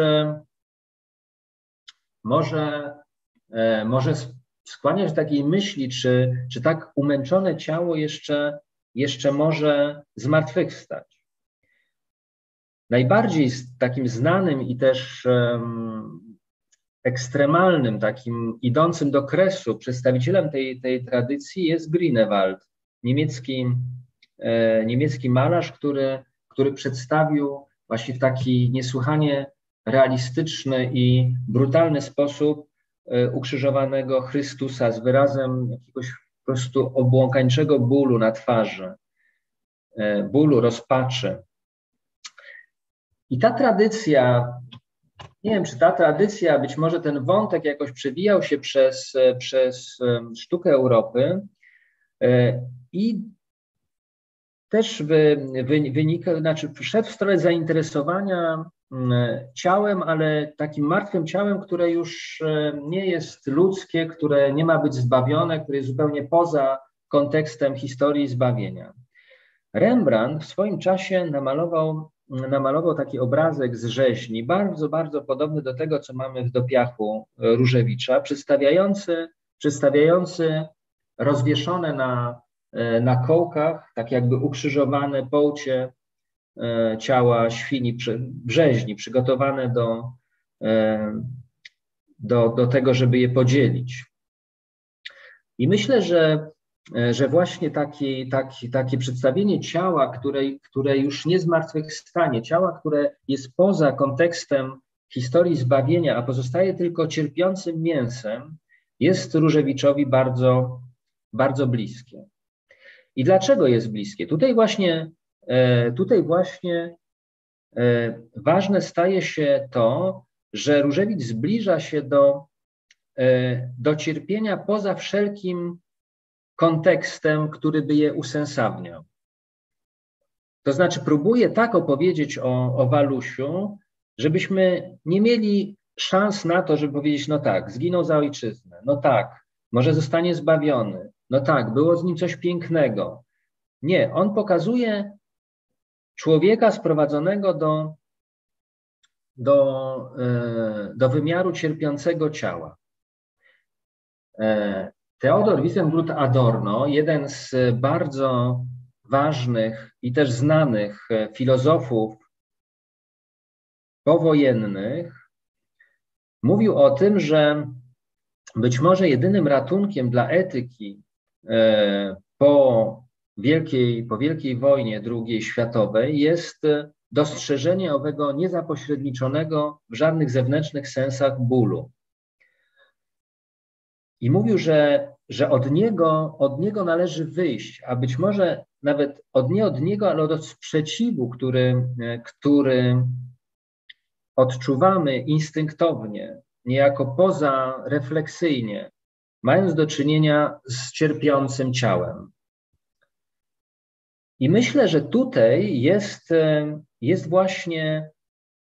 może, może skłaniać do takiej myśli, czy, czy tak umęczone ciało jeszcze, jeszcze może zmartwychwstać. Najbardziej takim znanym i też um, ekstremalnym, takim idącym do kresu przedstawicielem tej, tej tradycji jest Grünewald, niemiecki, e, niemiecki malarz, który, który przedstawił właśnie w taki niesłychanie realistyczny i brutalny sposób e, ukrzyżowanego Chrystusa z wyrazem jakiegoś po prostu obłąkańczego bólu na twarzy, e, bólu, rozpaczy. I ta tradycja Nie wiem, czy ta tradycja, być może ten wątek jakoś przewijał się przez, przez sztukę Europy i też wy, wy, wynika, znaczy szedł w stronę zainteresowania ciałem, ale takim martwym ciałem, które już nie jest ludzkie, które nie ma być zbawione, które jest zupełnie poza kontekstem historii zbawienia. Rembrandt w swoim czasie namalował, namalował taki obrazek z rzeźni, bardzo, bardzo podobny do tego, co mamy w dopiachu Różewicza, przedstawiający, przedstawiający rozwieszone na, na kołkach, tak jakby ukrzyżowane połcie ciała świni w rzeźni, przygotowane do, do, do tego, żeby je podzielić. I myślę, że że właśnie taki, taki, takie przedstawienie ciała, które, które już nie zmartwychwstanie, ciała, które jest poza kontekstem historii zbawienia, a pozostaje tylko cierpiącym mięsem, jest Różewiczowi bardzo, bardzo bliskie. I dlaczego jest bliskie? Tutaj właśnie, tutaj właśnie ważne staje się to, że Różewicz zbliża się do, do cierpienia poza wszelkim kontekstem, który by je usensowniał. To znaczy próbuje tak opowiedzieć o, o Walusiu, żebyśmy nie mieli szans na to, żeby powiedzieć, no tak, zginął za ojczyznę, no tak, może zostanie zbawiony, no tak, było z nim coś pięknego. Nie, on pokazuje człowieka sprowadzonego do, do, do wymiaru cierpiącego ciała. Theodor Wittenbruch Adorno, jeden z bardzo ważnych i też znanych filozofów powojennych, mówił o tym, że być może jedynym ratunkiem dla etyki po wielkiej, po Wielkiej Wojnie drugiej światowej jest dostrzeżenie owego niezapośredniczonego w żadnych zewnętrznych sensach bólu. I mówił, że, że od, niego, od niego należy wyjść, a być może nawet od, nie od niego, ale od sprzeciwu, który, który odczuwamy instynktownie, niejako pozarefleksyjnie, mając do czynienia z cierpiącym ciałem. I myślę, że tutaj jest, jest właśnie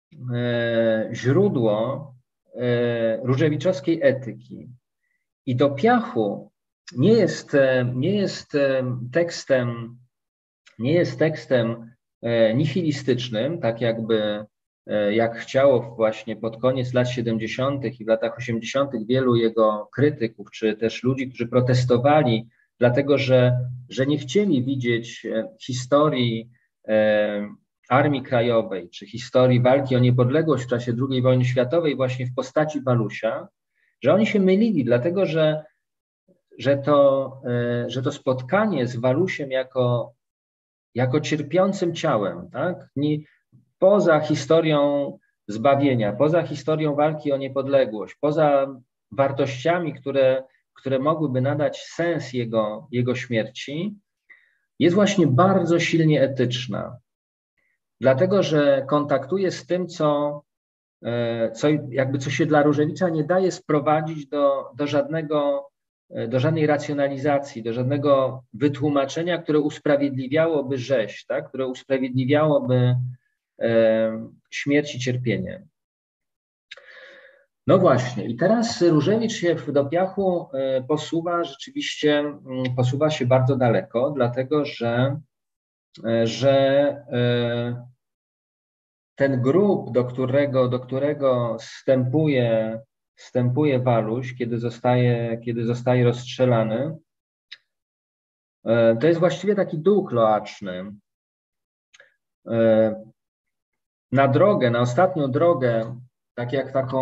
źródło różewiczowskiej etyki. I do piachu nie jest, nie jest tekstem, nie jest tekstem nihilistycznym, tak jakby jak chciało właśnie pod koniec lat siedemdziesiątych i w latach osiemdziesiątych wielu jego krytyków, czy też ludzi, którzy protestowali, dlatego że, że nie chcieli widzieć historii Armii Krajowej, czy historii walki o niepodległość w czasie drugiej wojny światowej właśnie w postaci Walusia, że oni się mylili, dlatego że, że, to, że to spotkanie z Walusiem jako, jako cierpiącym ciałem, tak? Nie, poza historią zbawienia, poza historią walki o niepodległość, poza wartościami, które, które mogłyby nadać sens jego, jego śmierci, jest właśnie bardzo silnie etyczna. Dlatego, że kontaktuje z tym, co Co, jakby co się dla Różewicza nie daje sprowadzić do, do, żadnego, do żadnej racjonalizacji, do żadnego wytłumaczenia, które usprawiedliwiałoby rzeź, tak? Które usprawiedliwiałoby e, śmierć i cierpienie. No właśnie, i teraz Różewicz się w dopiachu e, posuwa rzeczywiście, posuwa się bardzo daleko, dlatego że, e, że e, ten grób, do którego, do którego wstępuje, wstępuje Waluś, kiedy zostaje, kiedy zostaje rozstrzelany, to jest właściwie taki dół kloaczny. Na drogę, na ostatnią drogę, tak jak taką,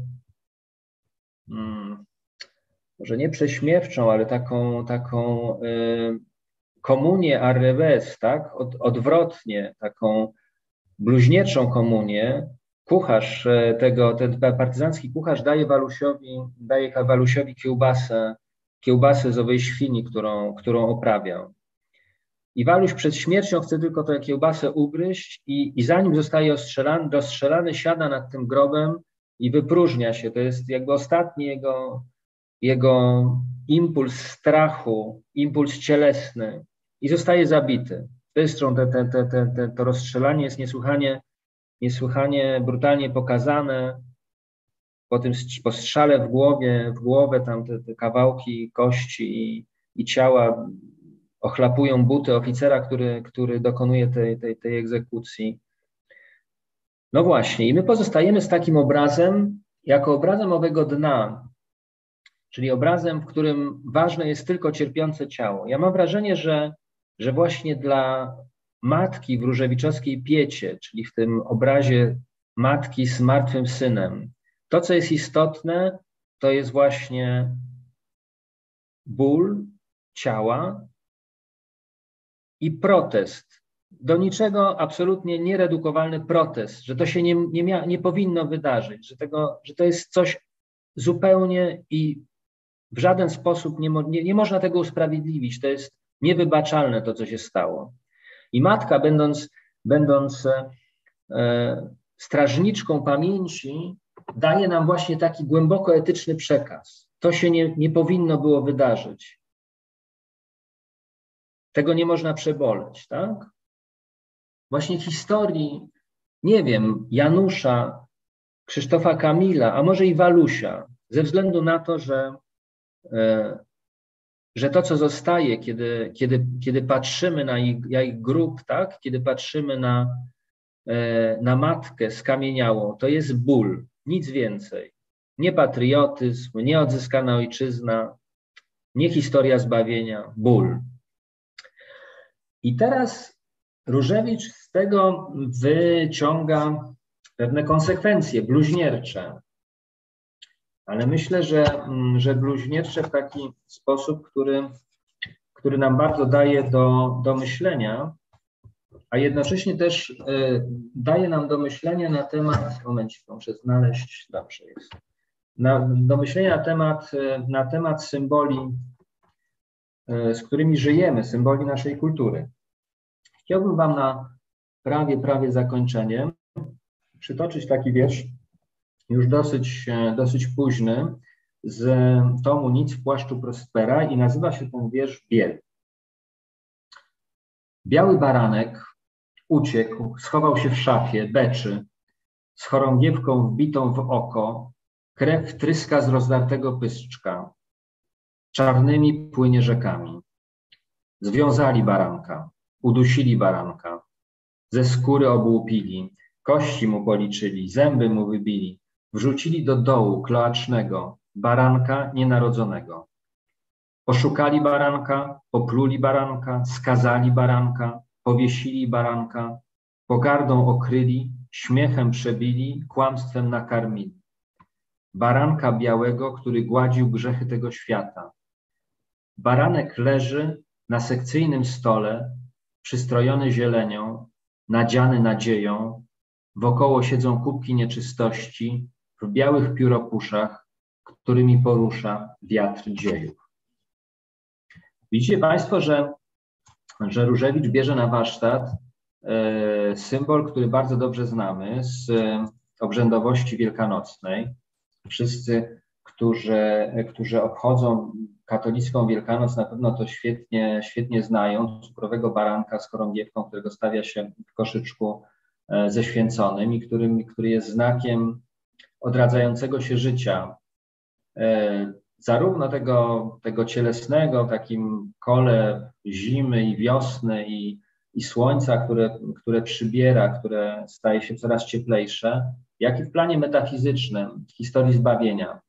może nie prześmiewczą, ale taką, taką komunię à revés, tak? Od, odwrotnie, taką bluźnierczą komunię, kucharz tego, ten partyzancki kucharz daje Walusiowi, daje Walusiowi kiełbasę, kiełbasę z owej świni, którą, którą oprawiał. I Waluś przed śmiercią chce tylko tę kiełbasę ugryźć i, i zanim zostaje ostrzelany, rozstrzelany, siada nad tym grobem i wypróżnia się. To jest jakby ostatni jego, jego impuls strachu, impuls cielesny i zostaje zabity. Zresztą te, te, te, te, te, to rozstrzelanie jest niesłychanie, niesłychanie brutalnie pokazane. Po tym po strzale w głowie, w głowę tam te, te kawałki kości i, i ciała ochlapują buty oficera, który, który dokonuje tej, tej, tej egzekucji. No właśnie, i my pozostajemy z takim obrazem, jako obrazem owego dna, czyli obrazem, w którym ważne jest tylko cierpiące ciało. Ja mam wrażenie, że, że właśnie dla matki w różewiczowskiej piecie, czyli w tym obrazie matki z martwym synem, to, co jest istotne, to jest właśnie ból ciała i protest. Do niczego absolutnie nieredukowalny protest, że to się nie, nie, mia, nie powinno wydarzyć, że, tego, że to jest coś zupełnie i w żaden sposób nie, nie, nie można tego usprawiedliwić. To jest niewybaczalne to, co się stało. I matka, będąc, będąc e, strażniczką pamięci, daje nam właśnie taki głęboko etyczny przekaz. To się nie, nie powinno było wydarzyć. Tego nie można przeboleć, tak? Właśnie historii, nie wiem, Janusza, Krzysztofa Kamila, a może i Walusia, ze względu na to, że, e, że to, co zostaje, kiedy, kiedy, kiedy patrzymy na ich, na ich grób, tak? Kiedy patrzymy na, e, na matkę skamieniałą, to jest ból, nic więcej. Nie patriotyzm, nie odzyskana ojczyzna, nie historia zbawienia, ból. I teraz Różewicz z tego wyciąga pewne konsekwencje bluźniercze. Ale myślę, że, że bluźniercze w taki sposób, który, który nam bardzo daje do, do myślenia, a jednocześnie też y, daje nam do myślenia na temat, momencik, muszę znaleźć, dobrze jest, na, do myślenia na temat, na temat symboli, y, z którymi żyjemy, symboli naszej kultury. Chciałbym wam na prawie, prawie zakończenie przytoczyć taki wiersz, już dosyć, dosyć późny, z tomu Nic w płaszczu Prospera i nazywa się ten wiersz Biel. Biały baranek uciekł, schował się w szafie, beczy, z chorągiewką wbitą w oko, krew tryska z rozdartego pysczka, czarnymi płynie rzekami. Związali baranka, udusili baranka, ze skóry obłupili, kości mu policzyli, zęby mu wybili, wrzucili do dołu kloacznego baranka nienarodzonego. Poszukali baranka, popluli baranka, skazali baranka, powiesili baranka, pogardą okryli, śmiechem przebili, kłamstwem nakarmili. Baranka białego, który gładził grzechy tego świata. Baranek leży na sekcyjnym stole, przystrojony zielenią, nadziany nadzieją, wokoło siedzą kubki nieczystości w białych pióropuszach, którymi porusza wiatr dziejów. Widzicie Państwo, że, że Różewicz bierze na warsztat e, symbol, który bardzo dobrze znamy z e, obrzędowości wielkanocnej. Wszyscy, którzy, którzy obchodzą katolicką Wielkanoc, na pewno to świetnie, świetnie znają. Cukrowego baranka z chorągiewką, którego stawia się w koszyczku e, ze święconym i którym, który jest znakiem odradzającego się życia. E, zarówno tego, tego cielesnego, takim kole zimy i wiosny i, i słońca, które, które przybiera, które staje się coraz cieplejsze, jak i w planie metafizycznym, w historii zbawienia.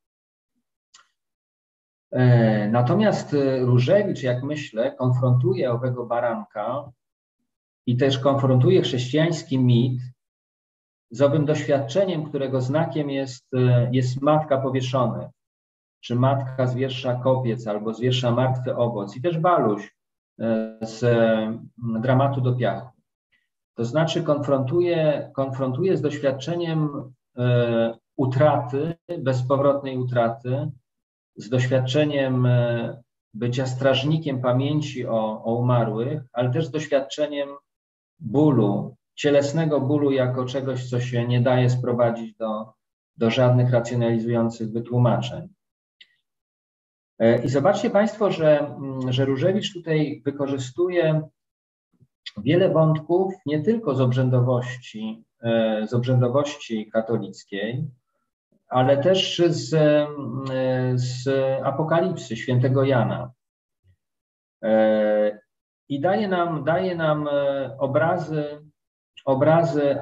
E, natomiast Różewicz, jak myślę, konfrontuje owego baranka i też konfrontuje chrześcijański mit z owym doświadczeniem, którego znakiem jest, jest matka powieszonych, czy matka z wiersza Kopiec, albo z wiersza Martwy owoc, i też Waluś z dramatu Do piachu. To znaczy konfrontuje, konfrontuje z doświadczeniem e, utraty, bezpowrotnej utraty, z doświadczeniem e, bycia strażnikiem pamięci o, o umarłych, ale też z doświadczeniem bólu, cielesnego bólu jako czegoś, co się nie daje sprowadzić do, do żadnych racjonalizujących wytłumaczeń. I zobaczcie Państwo, że, że Różewicz tutaj wykorzystuje wiele wątków nie tylko z obrzędowości, z obrzędowości katolickiej, ale też z, z Apokalipsy świętego Jana. I daje nam, daje nam obrazy, obrazy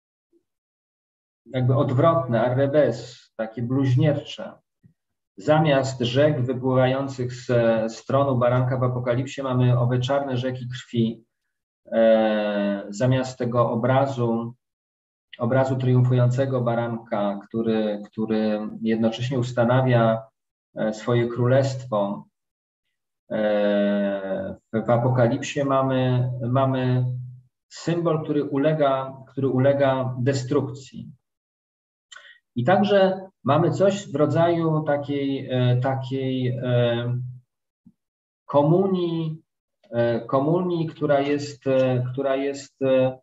jakby odwrotne, al revés, takie bluźniercze. Zamiast rzek wypływających z stronu baranka w Apokalipsie mamy owe czarne rzeki krwi. Zamiast tego obrazu, obrazu triumfującego baranka, który, który jednocześnie ustanawia swoje królestwo, w Apokalipsie mamy, mamy symbol, który ulega, który ulega destrukcji. I także mamy coś w rodzaju takiej, takiej komunii, komunii, która jest, która jest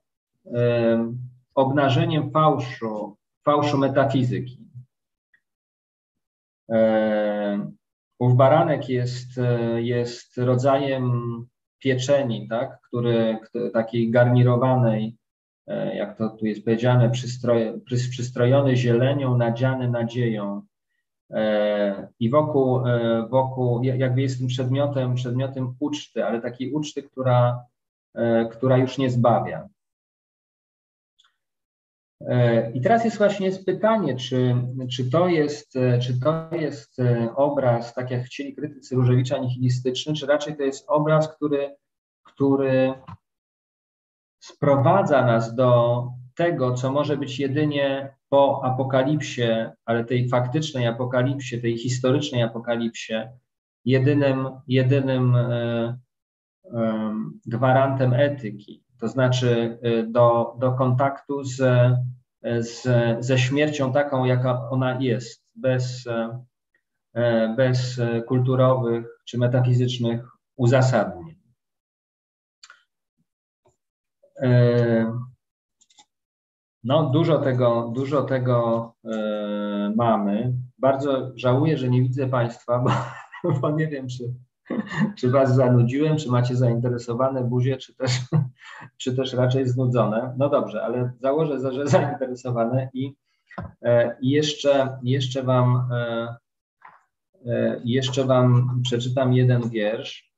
obnażeniem fałszu, fałszu metafizyki. Ów baranek jest, jest rodzajem pieczeni, tak? Który, takiej garnirowanej, jak to tu jest powiedziane, przystroj, przystrojony zielenią, nadziany nadzieją. I wokół, wokół jakby jest tym przedmiotem, przedmiotem uczty, ale takiej uczty, która, która już nie zbawia. I teraz jest właśnie pytanie, czy, czy, to jest, czy to jest obraz, tak jak chcieli krytycy Różewicza, nihilistyczny, czy raczej to jest obraz, który, który sprowadza nas do tego, co może być jedynie po apokalipsie, ale tej faktycznej apokalipsie, tej historycznej apokalipsie, jedynym, jedynym e, e, gwarantem etyki, to znaczy do, do kontaktu z, z, ze śmiercią taką, jaka ona jest, bez, e, bez kulturowych czy metafizycznych uzasadnień. No, dużo tego, dużo tego e, mamy. Bardzo żałuję, że nie widzę Państwa, bo, bo nie wiem, czy, czy Was zanudziłem, czy macie zainteresowane buzie, czy też, czy też raczej znudzone. No dobrze, ale założę, że zainteresowane i, e, i jeszcze, jeszcze, wam, e, e, jeszcze Wam przeczytam jeden wiersz,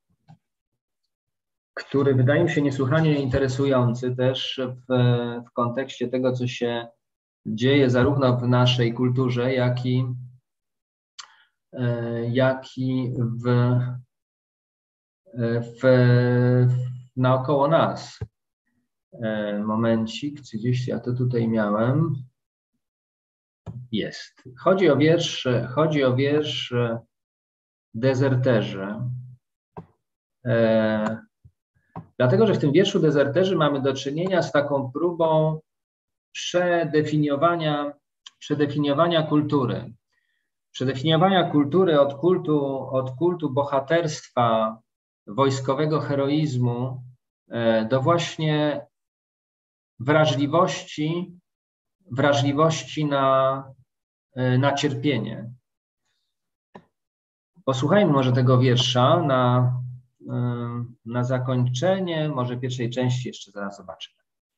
który wydaje mi się niesłychanie interesujący też w, w kontekście tego, co się dzieje zarówno w naszej kulturze, jak i, jak i w, w, naokoło nas. Momencik, gdzieś ja to tutaj miałem. Jest. Chodzi o wiersz, chodzi o wiersz Dezerterzy. Dlatego, że w tym wierszu Dezerterzy mamy do czynienia z taką próbą przedefiniowania, przedefiniowania kultury. Przedefiniowania kultury od kultu, od kultu bohaterstwa, wojskowego heroizmu do właśnie wrażliwości, wrażliwości na, na cierpienie. Posłuchajmy może tego wiersza na na zakończenie, może pierwszej części jeszcze zaraz zobaczymy.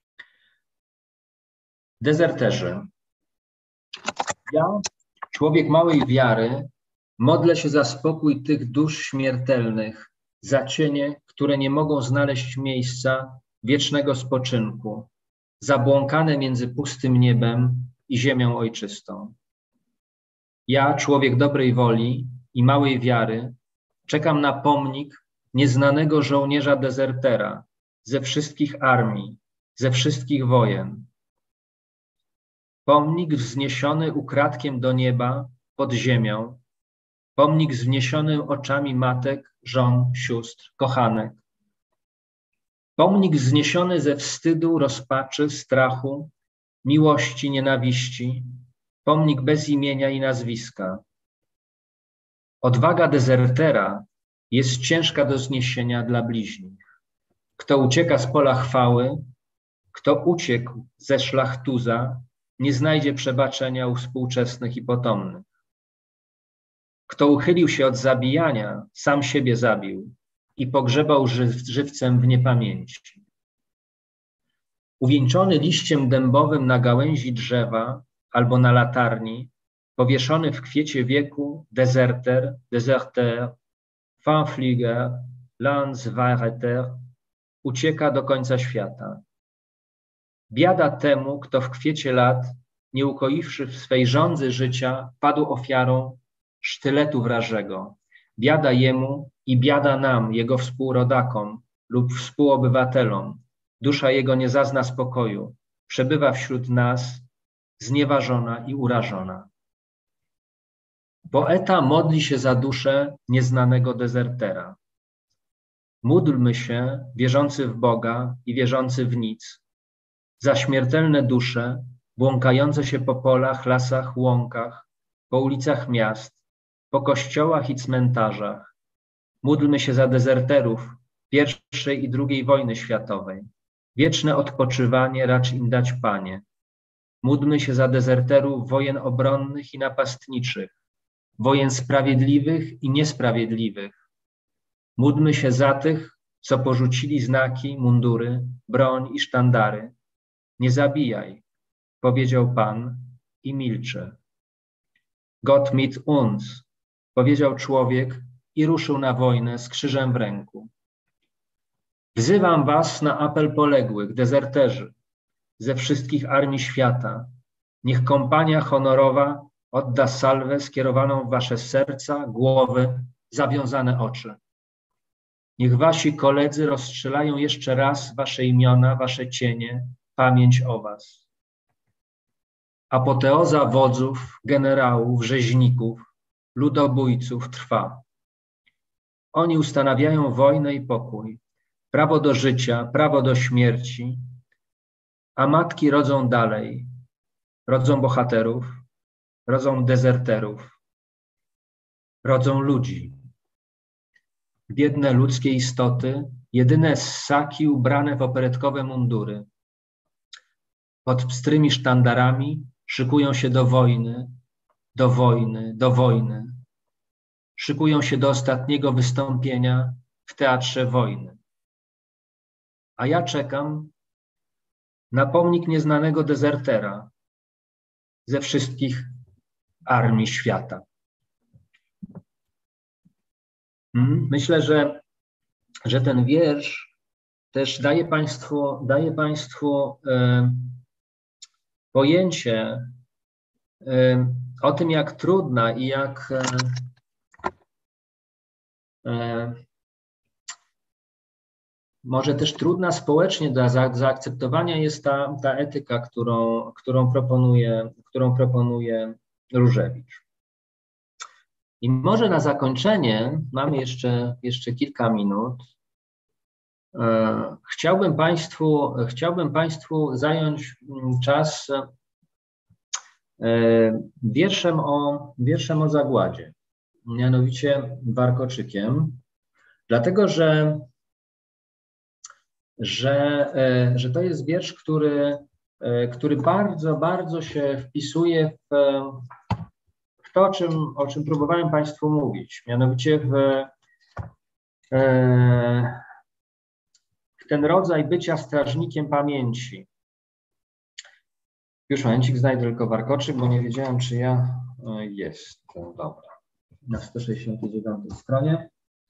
Dezerterzy. Ja, człowiek małej wiary, modlę się za spokój tych dusz śmiertelnych, za cienie, które nie mogą znaleźć miejsca wiecznego spoczynku, zabłąkane między pustym niebem i ziemią ojczystą. Ja, człowiek dobrej woli i małej wiary, czekam na pomnik nieznanego żołnierza dezertera ze wszystkich armii, ze wszystkich wojen. Pomnik wzniesiony ukradkiem do nieba pod ziemią, pomnik wzniesiony oczami matek, żon, sióstr, kochanek. Pomnik wzniesiony ze wstydu, rozpaczy, strachu, miłości, nienawiści, pomnik bez imienia i nazwiska. Odwaga dezertera jest ciężka do zniesienia dla bliźnich. Kto ucieka z pola chwały, kto uciekł ze szlachtuza, nie znajdzie przebaczenia u współczesnych i potomnych. Kto uchylił się od zabijania, sam siebie zabił i pogrzebał żyw, żywcem w niepamięci. Uwieńczony liściem dębowym na gałęzi drzewa albo na latarni, powieszony w kwiecie wieku, deserter, deserter, fanflieger, Landsverräter, ucieka do końca świata. Biada temu, kto w kwiecie lat, nie ukoiwszy w swej żądzy życia, padł ofiarą sztyletu wrażego. Biada jemu i biada nam, jego współrodakom lub współobywatelom. Dusza jego nie zazna spokoju, przebywa wśród nas, znieważona i urażona. Poeta modli się za duszę nieznanego dezertera. Módlmy się, wierzący w Boga i wierzący w nic, za śmiertelne dusze, błąkające się po polach, lasach, łąkach, po ulicach miast, po kościołach i cmentarzach. Módlmy się za dezerterów pierwszej i drugiej wojny światowej. Wieczne odpoczywanie racz im dać, Panie. Módlmy się za dezerterów wojen obronnych i napastniczych, wojen sprawiedliwych i niesprawiedliwych. Módlmy się za tych, co porzucili znaki, mundury, broń i sztandary. Nie zabijaj, powiedział Pan i milczy. Gott mit uns, powiedział człowiek i ruszył na wojnę z krzyżem w ręku. Wzywam was na apel poległych, dezerterzy, ze wszystkich armii świata. Niech kompania honorowa odda salwę skierowaną w wasze serca, głowy, zawiązane oczy. Niech wasi koledzy rozstrzelają jeszcze raz wasze imiona, wasze cienie, pamięć o was. Apoteoza wodzów, generałów, rzeźników, ludobójców trwa. Oni ustanawiają wojnę i pokój, prawo do życia, prawo do śmierci, a matki rodzą dalej, rodzą bohaterów, rodzą dezerterów, rodzą ludzi. Biedne ludzkie istoty, jedyne ssaki ubrane w operetkowe mundury. Pod pstrymi sztandarami szykują się do wojny, do wojny, do wojny. Szykują się do ostatniego wystąpienia w teatrze wojny. A ja czekam na pomnik nieznanego dezertera ze wszystkich armii świata. Myślę, że, że ten wiersz też daje Państwu, daje Państwu e, pojęcie e, o tym, jak trudna i jak e, e, może też trudna społecznie do za, zaakceptowania jest ta, ta etyka, którą, którą, proponuje, którą proponuje Różewicz. I może na zakończenie, mamy jeszcze, jeszcze kilka minut, e, chciałbym Państwu, chciałbym Państwu zająć czas e, wierszem o, wierszem o zagładzie, mianowicie warkoczykiem, dlatego że, że, e, że to jest wiersz, który, e, który bardzo, bardzo się wpisuje w to, o czym, o czym próbowałem Państwu mówić, mianowicie w, w ten rodzaj bycia strażnikiem pamięci. Już momencik, znajdę tylko warkoczyk, bo nie wiedziałem, czy ja jestem. Dobra. Na sto sześćdziesiątej dziewiątej stronie.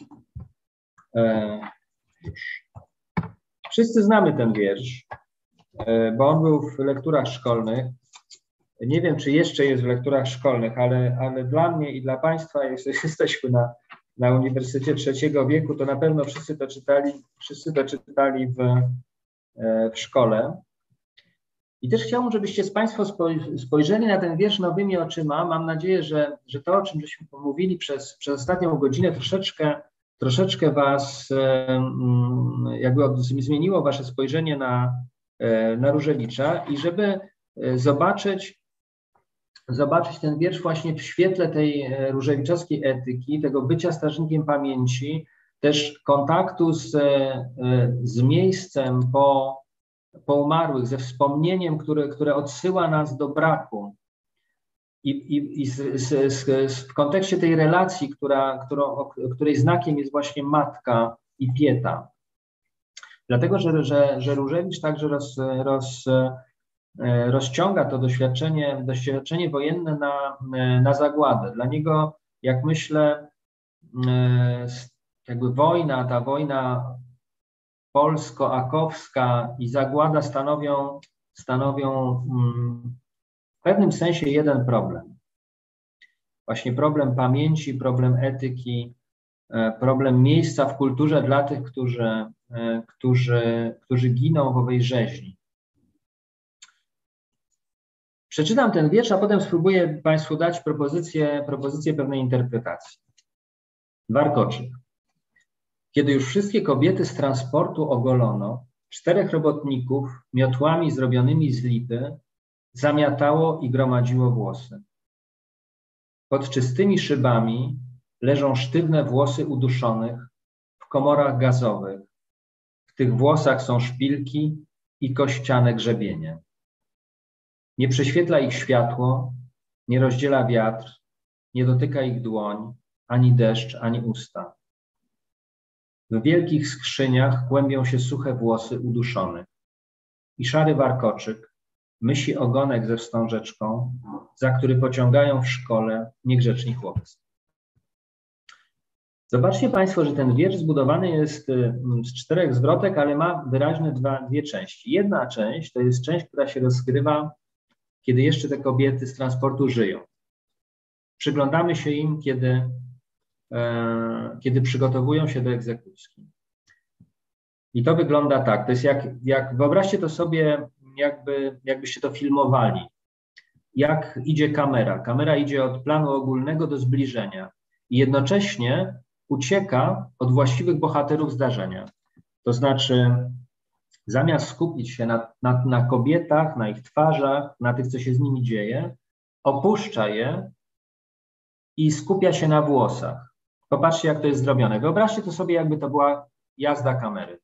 Już. Wszyscy znamy ten wiersz, bo on był w lekturach szkolnych. Nie wiem, czy jeszcze jest w lekturach szkolnych, ale, ale dla mnie i dla Państwa, jeśli jesteśmy na, na Uniwersytecie Trzeciego Wieku, to na pewno wszyscy to czytali, wszyscy to czytali w, w szkole. I też chciałbym, żebyście Państwo spojrzeli na ten wiersz nowymi oczyma. Mam nadzieję, że, że to, o czym żeśmy pomówili przez, przez ostatnią godzinę, troszeczkę, troszeczkę Was jakby zmieniło Wasze spojrzenie na, na Różewicza i żeby zobaczyć, zobaczyć ten wiersz właśnie w świetle tej różewiczowskiej etyki, tego bycia strażnikiem pamięci, też kontaktu z, z miejscem po, po umarłych, ze wspomnieniem, które, które odsyła nas do braku. I, i, i z, z, z, w kontekście tej relacji, która, którą, której znakiem jest właśnie matka i pieta. Dlatego, że, że, że Różewicz także roz, roz, rozciąga to doświadczenie, doświadczenie wojenne na, na zagładę. Dla niego, jak myślę, jakby wojna, ta wojna polsko-akowska i zagłada stanowią, stanowią w pewnym sensie jeden problem. Właśnie problem pamięci, problem etyki, problem miejsca w kulturze dla tych, którzy, którzy, którzy giną w owej rzezi. Przeczytam ten wiersz, a potem spróbuję Państwu dać propozycję, propozycję pewnej interpretacji. Warkoczyk. Kiedy już wszystkie kobiety z transportu ogolono, czterech robotników miotłami zrobionymi z lipy zamiatało i gromadziło włosy. Pod czystymi szybami leżą sztywne włosy uduszonych w komorach gazowych. W tych włosach są szpilki i kościane grzebienie. Nie prześwietla ich światło, nie rozdziela wiatr, nie dotyka ich dłoń, ani deszcz, ani usta. W wielkich skrzyniach kłębią się suche włosy uduszonych. I szary warkoczyk mysi ogonek ze wstążeczką, za który pociągają w szkole niegrzeczni chłopcy. Zobaczcie Państwo, że ten wiersz zbudowany jest z czterech zwrotek, ale ma wyraźne dwa, dwie części. Jedna część to jest część, która się rozgrywa, kiedy jeszcze te kobiety z transportu żyją. Przyglądamy się im, kiedy, e, kiedy przygotowują się do egzekucji. I to wygląda tak, to jest jak, jak wyobraźcie to sobie, jakby, jakbyście to filmowali. Jak idzie kamera. Kamera idzie od planu ogólnego do zbliżenia i jednocześnie ucieka od właściwych bohaterów zdarzenia. To znaczy, zamiast skupić się na, na, na kobietach, na ich twarzach, na tych, co się z nimi dzieje, opuszcza je i skupia się na włosach. Popatrzcie, jak to jest zrobione. Wyobraźcie to sobie, jakby to była jazda kamery.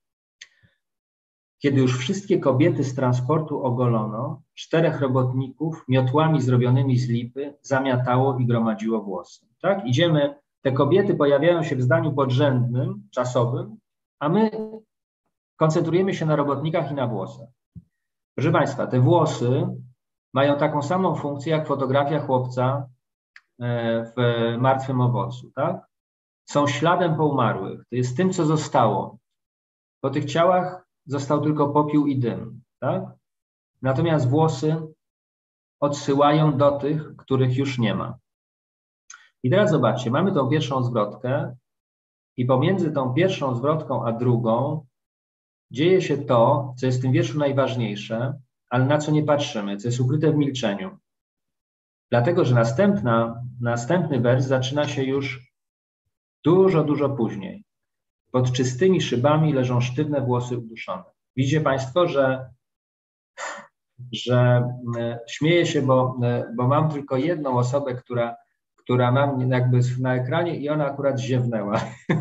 Kiedy już wszystkie kobiety z transportu ogolono, czterech robotników miotłami zrobionymi z lipy zamiatało i gromadziło włosy. Tak? Idziemy, te kobiety pojawiają się w zdaniu podrzędnym, czasowym, a my koncentrujemy się na robotnikach i na włosach. Proszę Państwa, te włosy mają taką samą funkcję jak fotografia chłopca w martwym owocu. Tak? Są śladem po umarłych. To jest tym, co zostało. Po tych ciałach został tylko popiół i dym. Tak? Natomiast włosy odsyłają do tych, których już nie ma. I teraz zobaczcie, mamy tą pierwszą zwrotkę i pomiędzy tą pierwszą zwrotką a drugą dzieje się to, co jest w tym wierszu najważniejsze, ale na co nie patrzymy, co jest ukryte w milczeniu. Dlatego, że następna, następny wers zaczyna się już dużo, dużo później. Pod czystymi szybami leżą sztywne włosy uduszone. Widzicie Państwo, że, że śmieję się, bo, bo mam tylko jedną osobę, która, która mam jakby na ekranie i ona akurat ziewnęła.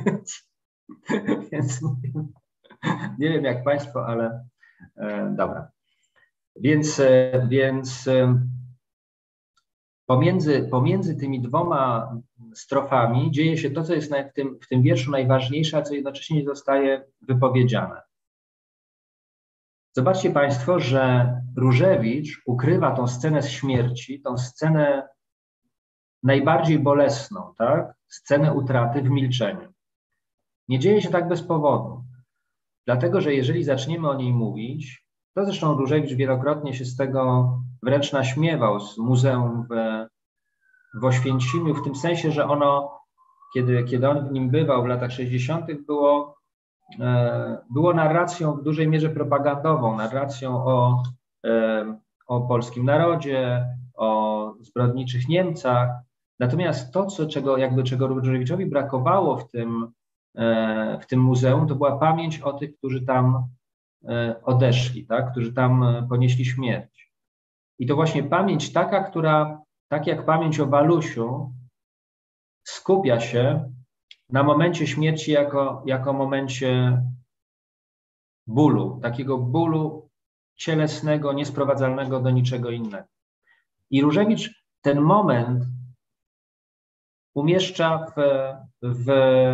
Więc nie wiem jak Państwo, ale e, dobra. Więc, e, więc e, pomiędzy, pomiędzy tymi dwoma strofami dzieje się to, co jest w tym, w tym wierszu najważniejsze, a co jednocześnie nie zostaje wypowiedziane. Zobaczcie Państwo, że Różewicz ukrywa tą scenę z śmierci, tą scenę najbardziej bolesną, tak? Scenę utraty w milczeniu. Nie dzieje się tak bez powodu. Dlatego, że jeżeli zaczniemy o niej mówić, to zresztą Różewicz wielokrotnie się z tego wręcz naśmiewał, z muzeum w, w Oświęcimiu, w tym sensie, że ono, kiedy, kiedy on w nim bywał w latach sześćdziesiątych, było, e, było narracją w dużej mierze propagandową, narracją o, e, o polskim narodzie, o zbrodniczych Niemcach. Natomiast to, co, czego, jakby, czego Różewiczowi brakowało w tym, w tym muzeum, to była pamięć o tych, którzy tam odeszli, tak? Którzy tam ponieśli śmierć. I to właśnie pamięć taka, która, tak jak pamięć o Walusiu, skupia się na momencie śmierci jako, jako momencie bólu, takiego bólu cielesnego, niesprowadzalnego do niczego innego. I Różewicz ten moment umieszcza w, w,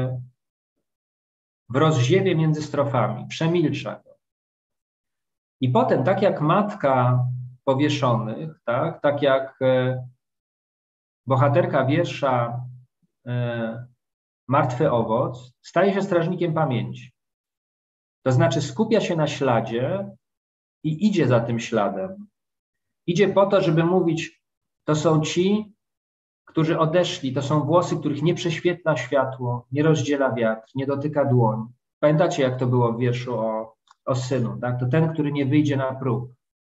w rozziewie między strofami, przemilcza go. I potem, tak jak matka powieszonych, tak, tak jak e, bohaterka wiersza e, Martwy owoc, staje się strażnikiem pamięci. To znaczy skupia się na śladzie i idzie za tym śladem. Idzie po to, żeby mówić, to są ci, którzy odeszli, to są włosy, których nie prześwietla światło, nie rozdziela wiatr, nie dotyka dłoń. Pamiętacie, jak to było w wierszu o, o synu, tak? To ten, który nie wyjdzie na próg.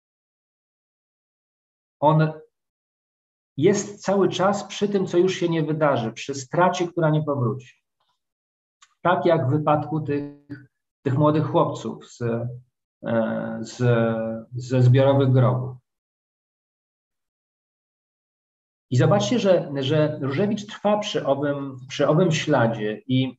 On jest cały czas przy tym, co już się nie wydarzy, przy stracie, która nie powróci. Tak jak w wypadku tych, tych młodych chłopców z, z, ze zbiorowych grobów. I zobaczcie, że, że Różewicz trwa przy owym, przy owym śladzie i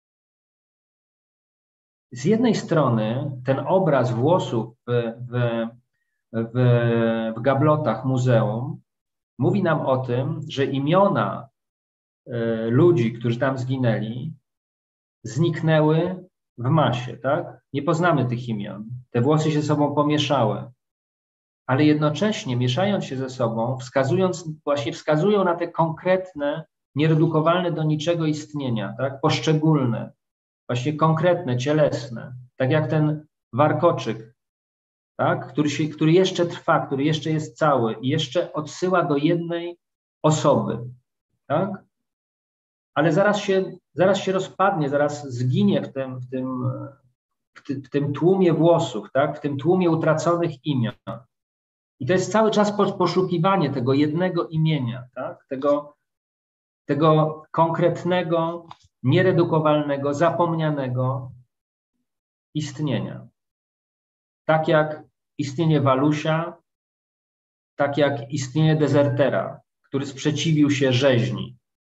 z jednej strony ten obraz włosów w, w, w, w gablotach muzeum mówi nam o tym, że imiona y, ludzi, którzy tam zginęli, zniknęły w masie, tak? Nie poznamy tych imion. Te włosy się ze sobą pomieszały. Ale jednocześnie, mieszając się ze sobą, wskazując, właśnie wskazują na te konkretne, nieredukowalne do niczego istnienia, tak? Poszczególne, właśnie konkretne, cielesne, tak jak ten warkoczyk, tak? który, się, który jeszcze trwa, który jeszcze jest cały i jeszcze odsyła do jednej osoby, tak? Ale zaraz się, zaraz się rozpadnie, zaraz zginie w tym, w tym, w tym, w tym tłumie włosów, tak? W tym tłumie utraconych imion. I to jest cały czas poszukiwanie tego jednego imienia, tak? tego, tego konkretnego, nieredukowalnego, zapomnianego istnienia. Tak jak istnienie Walusia, tak jak istnienie dezertera, który sprzeciwił się rzeźni.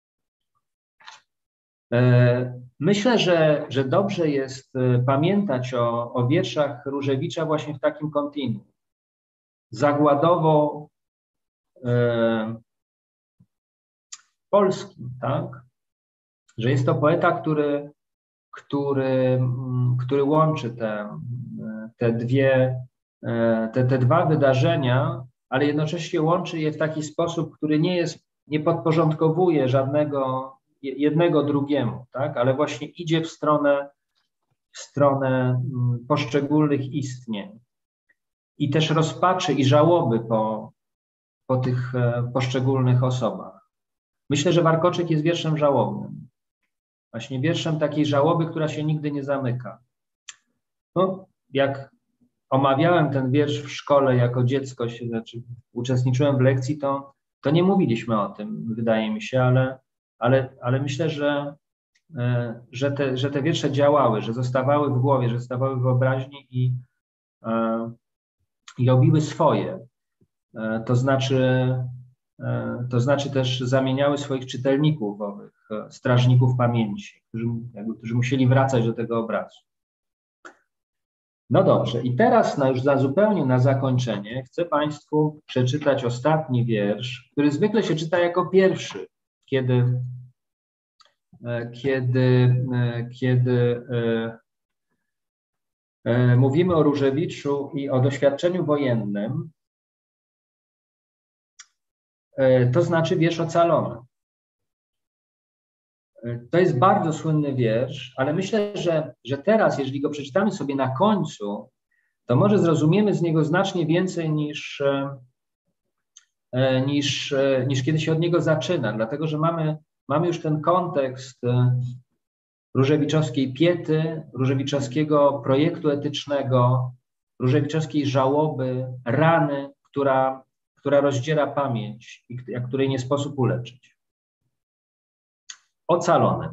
Myślę, że, że dobrze jest pamiętać o, o wierszach Różewicza właśnie w takim kontinuum. Zagładowo e, polskim, tak? Że jest to poeta, który, który, który łączy te, te, dwie, te, te dwa wydarzenia, ale jednocześnie łączy je w taki sposób, który nie jest, nie podporządkowuje żadnego jednego drugiemu, tak? Ale właśnie idzie w stronę, w stronę poszczególnych istnień. I też rozpaczy i żałoby po, po tych poszczególnych osobach. Myślę, że Warkoczyk jest wierszem żałobnym. Właśnie wierszem takiej żałoby, która się nigdy nie zamyka. No, jak omawiałem ten wiersz w szkole jako dziecko, się, znaczy uczestniczyłem w lekcji, to, to nie mówiliśmy o tym, wydaje mi się, ale, ale, ale myślę, że, że, te, że te wiersze działały, że zostawały w głowie, że zostawały w wyobraźni i i robiły swoje, to znaczy, to znaczy też zamieniały swoich czytelników, owych strażników pamięci, którzy, jakby, którzy musieli wracać do tego obrazu. No dobrze, i teraz na, już za zupełnie na zakończenie chcę Państwu przeczytać ostatni wiersz, który zwykle się czyta jako pierwszy, kiedy, kiedy, kiedy mówimy o Różewiczu i o doświadczeniu wojennym, to znaczy wiersz Ocalony. To jest bardzo słynny wiersz, ale myślę, że, że teraz, jeżeli go przeczytamy sobie na końcu, to może zrozumiemy z niego znacznie więcej niż, niż, niż kiedy się od niego zaczyna, dlatego że mamy, mamy już ten kontekst różewiczowskiej piety, różewiczowskiego projektu etycznego, różewiczowskiej żałoby, rany, która, która rozdziera pamięć i której nie sposób uleczyć. Ocalony.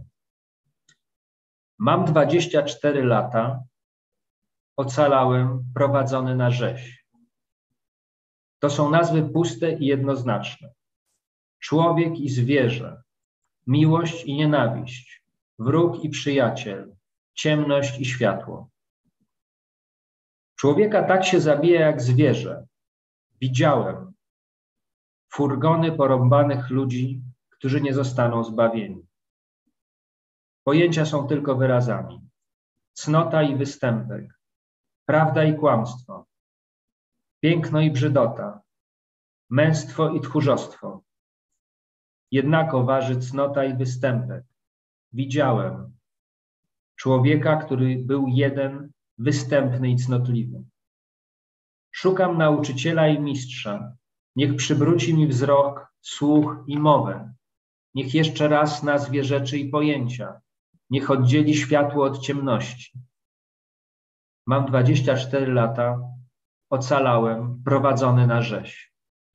Mam dwadzieścia cztery lata, ocalałem, prowadzony na rzeź. To są nazwy puste i jednoznaczne. Człowiek i zwierzę, miłość i nienawiść, wróg i przyjaciel, ciemność i światło. Człowieka tak się zabija jak zwierzę. Widziałem furgony porąbanych ludzi, którzy nie zostaną zbawieni. Pojęcia są tylko wyrazami. Cnota i występek, prawda i kłamstwo, piękno i brzydota, męstwo i tchórzostwo. Jednako waży cnota i występek. Widziałem człowieka, który był jeden, występny i cnotliwy. Szukam nauczyciela i mistrza. Niech przywróci mi wzrok, słuch i mowę. Niech jeszcze raz nazwie rzeczy i pojęcia. Niech oddzieli światło od ciemności. Mam dwadzieścia cztery lata, ocalałem, prowadzony na rzeź.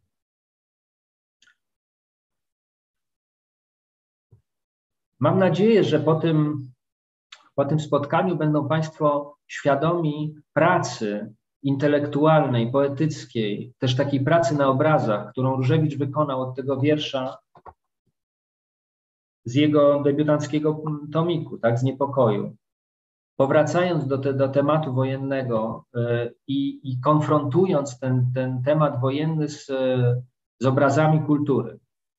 Mam nadzieję, że po tym, po tym spotkaniu będą Państwo świadomi pracy intelektualnej, poetyckiej, też takiej pracy na obrazach, którą Różewicz wykonał od tego wiersza z jego debiutanckiego tomiku, tak, z Niepokoju. Powracając do, te, do tematu wojennego yy, i, i konfrontując ten, ten temat wojenny z, z obrazami kultury.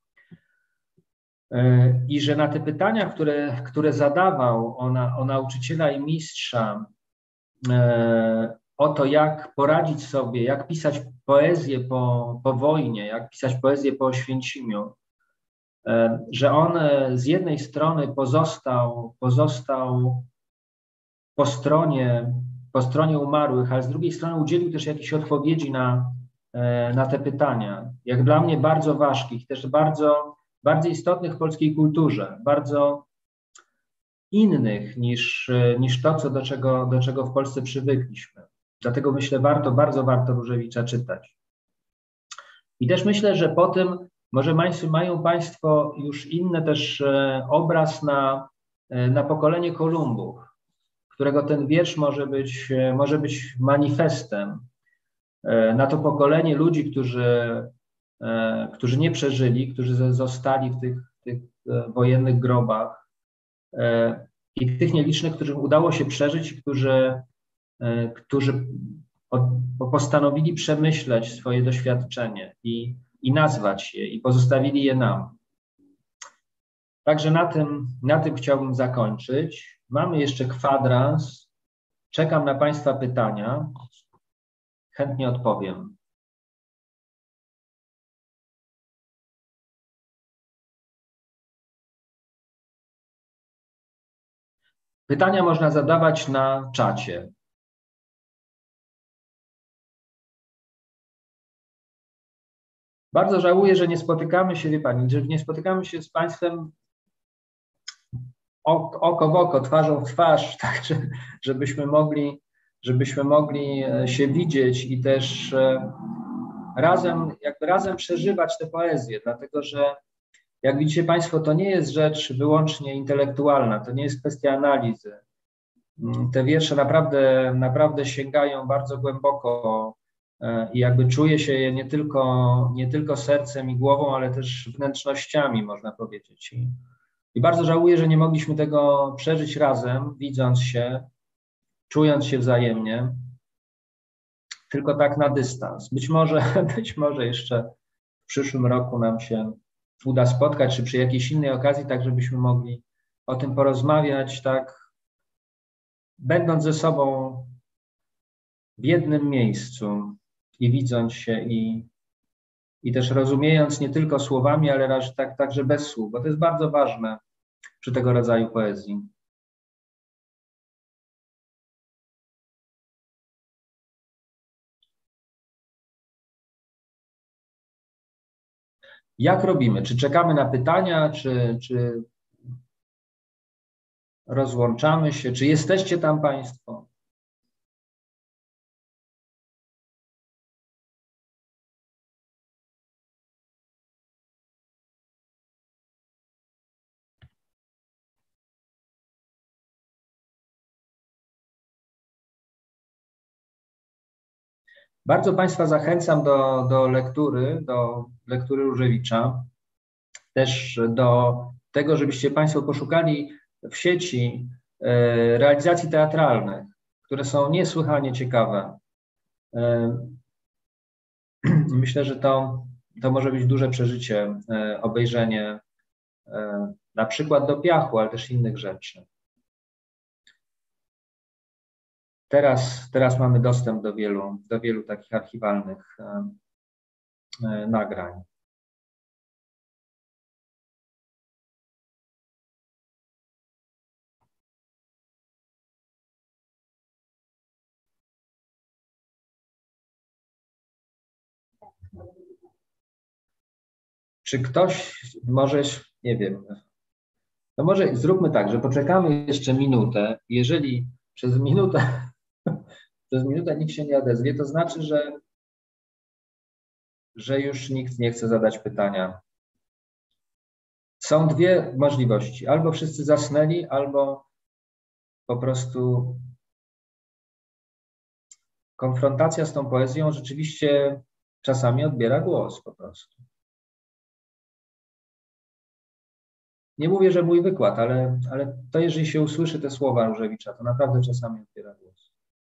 Yy, I że na te pytania, które, które zadawał o, na, o nauczyciela i mistrza, yy, o to, jak poradzić sobie, jak pisać poezję po, po wojnie, jak pisać poezję po Oświęcimiu, że on z jednej strony pozostał, pozostał po stronie, po stronie umarłych, ale z drugiej strony udzielił też jakichś odpowiedzi na, na te pytania, jak dla mnie bardzo ważkich, też bardzo, bardzo istotnych w polskiej kulturze, bardzo innych niż, niż to, co do, czego, do czego w Polsce przywykliśmy. Dlatego myślę, warto, bardzo warto Różewicza czytać. I też myślę, że po tym może mają Państwo już inny też obraz na, na pokolenie Kolumbów, którego ten wiersz może być, może być manifestem na to pokolenie ludzi, którzy, którzy nie przeżyli, którzy zostali w tych, tych wojennych grobach i tych nielicznych, którym udało się przeżyć, którzy, którzy postanowili przemyśleć swoje doświadczenie i i nazwać je, i pozostawili je nam. Także na tym, na tym chciałbym zakończyć. Mamy jeszcze kwadrans. Czekam na Państwa pytania. Chętnie odpowiem. Pytania można zadawać na czacie. Bardzo żałuję, że nie spotykamy się, wie Pani, że nie spotykamy się z Państwem oko w oko, twarzą w twarz, tak, żebyśmy mogli, żebyśmy mogli się widzieć i też razem, jakby razem przeżywać tę poezję, dlatego że jak widzicie Państwo, to nie jest rzecz wyłącznie intelektualna, to nie jest kwestia analizy. Te wiersze naprawdę, naprawdę sięgają bardzo głęboko i jakby czuje się je nie tylko, nie tylko sercem i głową, ale też wnętrznościami, można powiedzieć. I, I bardzo żałuję, że nie mogliśmy tego przeżyć razem, widząc się, czując się wzajemnie, tylko tak na dystans. Być może, być może jeszcze w przyszłym roku nam się uda spotkać, czy przy jakiejś innej okazji, tak żebyśmy mogli o tym porozmawiać, tak będąc ze sobą w jednym miejscu i widząc się i, i też rozumiejąc nie tylko słowami, ale tak, także bez słów, bo to jest bardzo ważne przy tego rodzaju poezji. Jak robimy? Czy czekamy na pytania, czy, czy rozłączamy się? Czy jesteście tam Państwo? Bardzo Państwa zachęcam do, do lektury, do lektury Różewicza, też do tego, żebyście Państwo poszukali w sieci realizacji teatralnych, które są niesłychanie ciekawe. Myślę, że to, to może być duże przeżycie, obejrzenie na przykład do Piachu, ale też innych rzeczy. Teraz, teraz mamy dostęp do wielu, do wielu takich archiwalnych nagrań. Czy ktoś może, nie wiem, no może zróbmy tak, że poczekamy jeszcze minutę. Jeżeli przez minutę, przez minutę nikt się nie odezwie, to znaczy, że, że już nikt nie chce zadać pytania. Są dwie możliwości. Albo wszyscy zasnęli, albo po prostu konfrontacja z tą poezją rzeczywiście czasami odbiera głos po prostu. Nie mówię, że mój wykład, ale, ale to jeżeli się usłyszy te słowa Różewicza, to naprawdę czasami odbiera głos.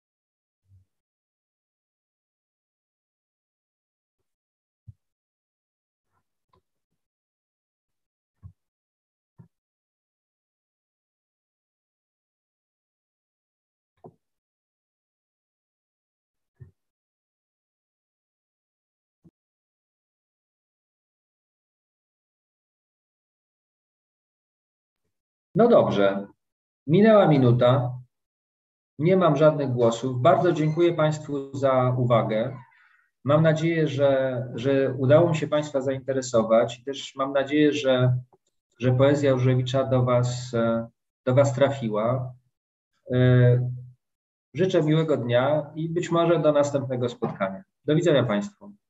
No dobrze, minęła minuta, nie mam żadnych głosów. Bardzo dziękuję Państwu za uwagę. Mam nadzieję, że, że udało mi się Państwa zainteresować i też mam nadzieję, że, że poezja Różewicza do Was, do Was trafiła. Życzę miłego dnia i być może do następnego spotkania. Do widzenia Państwu.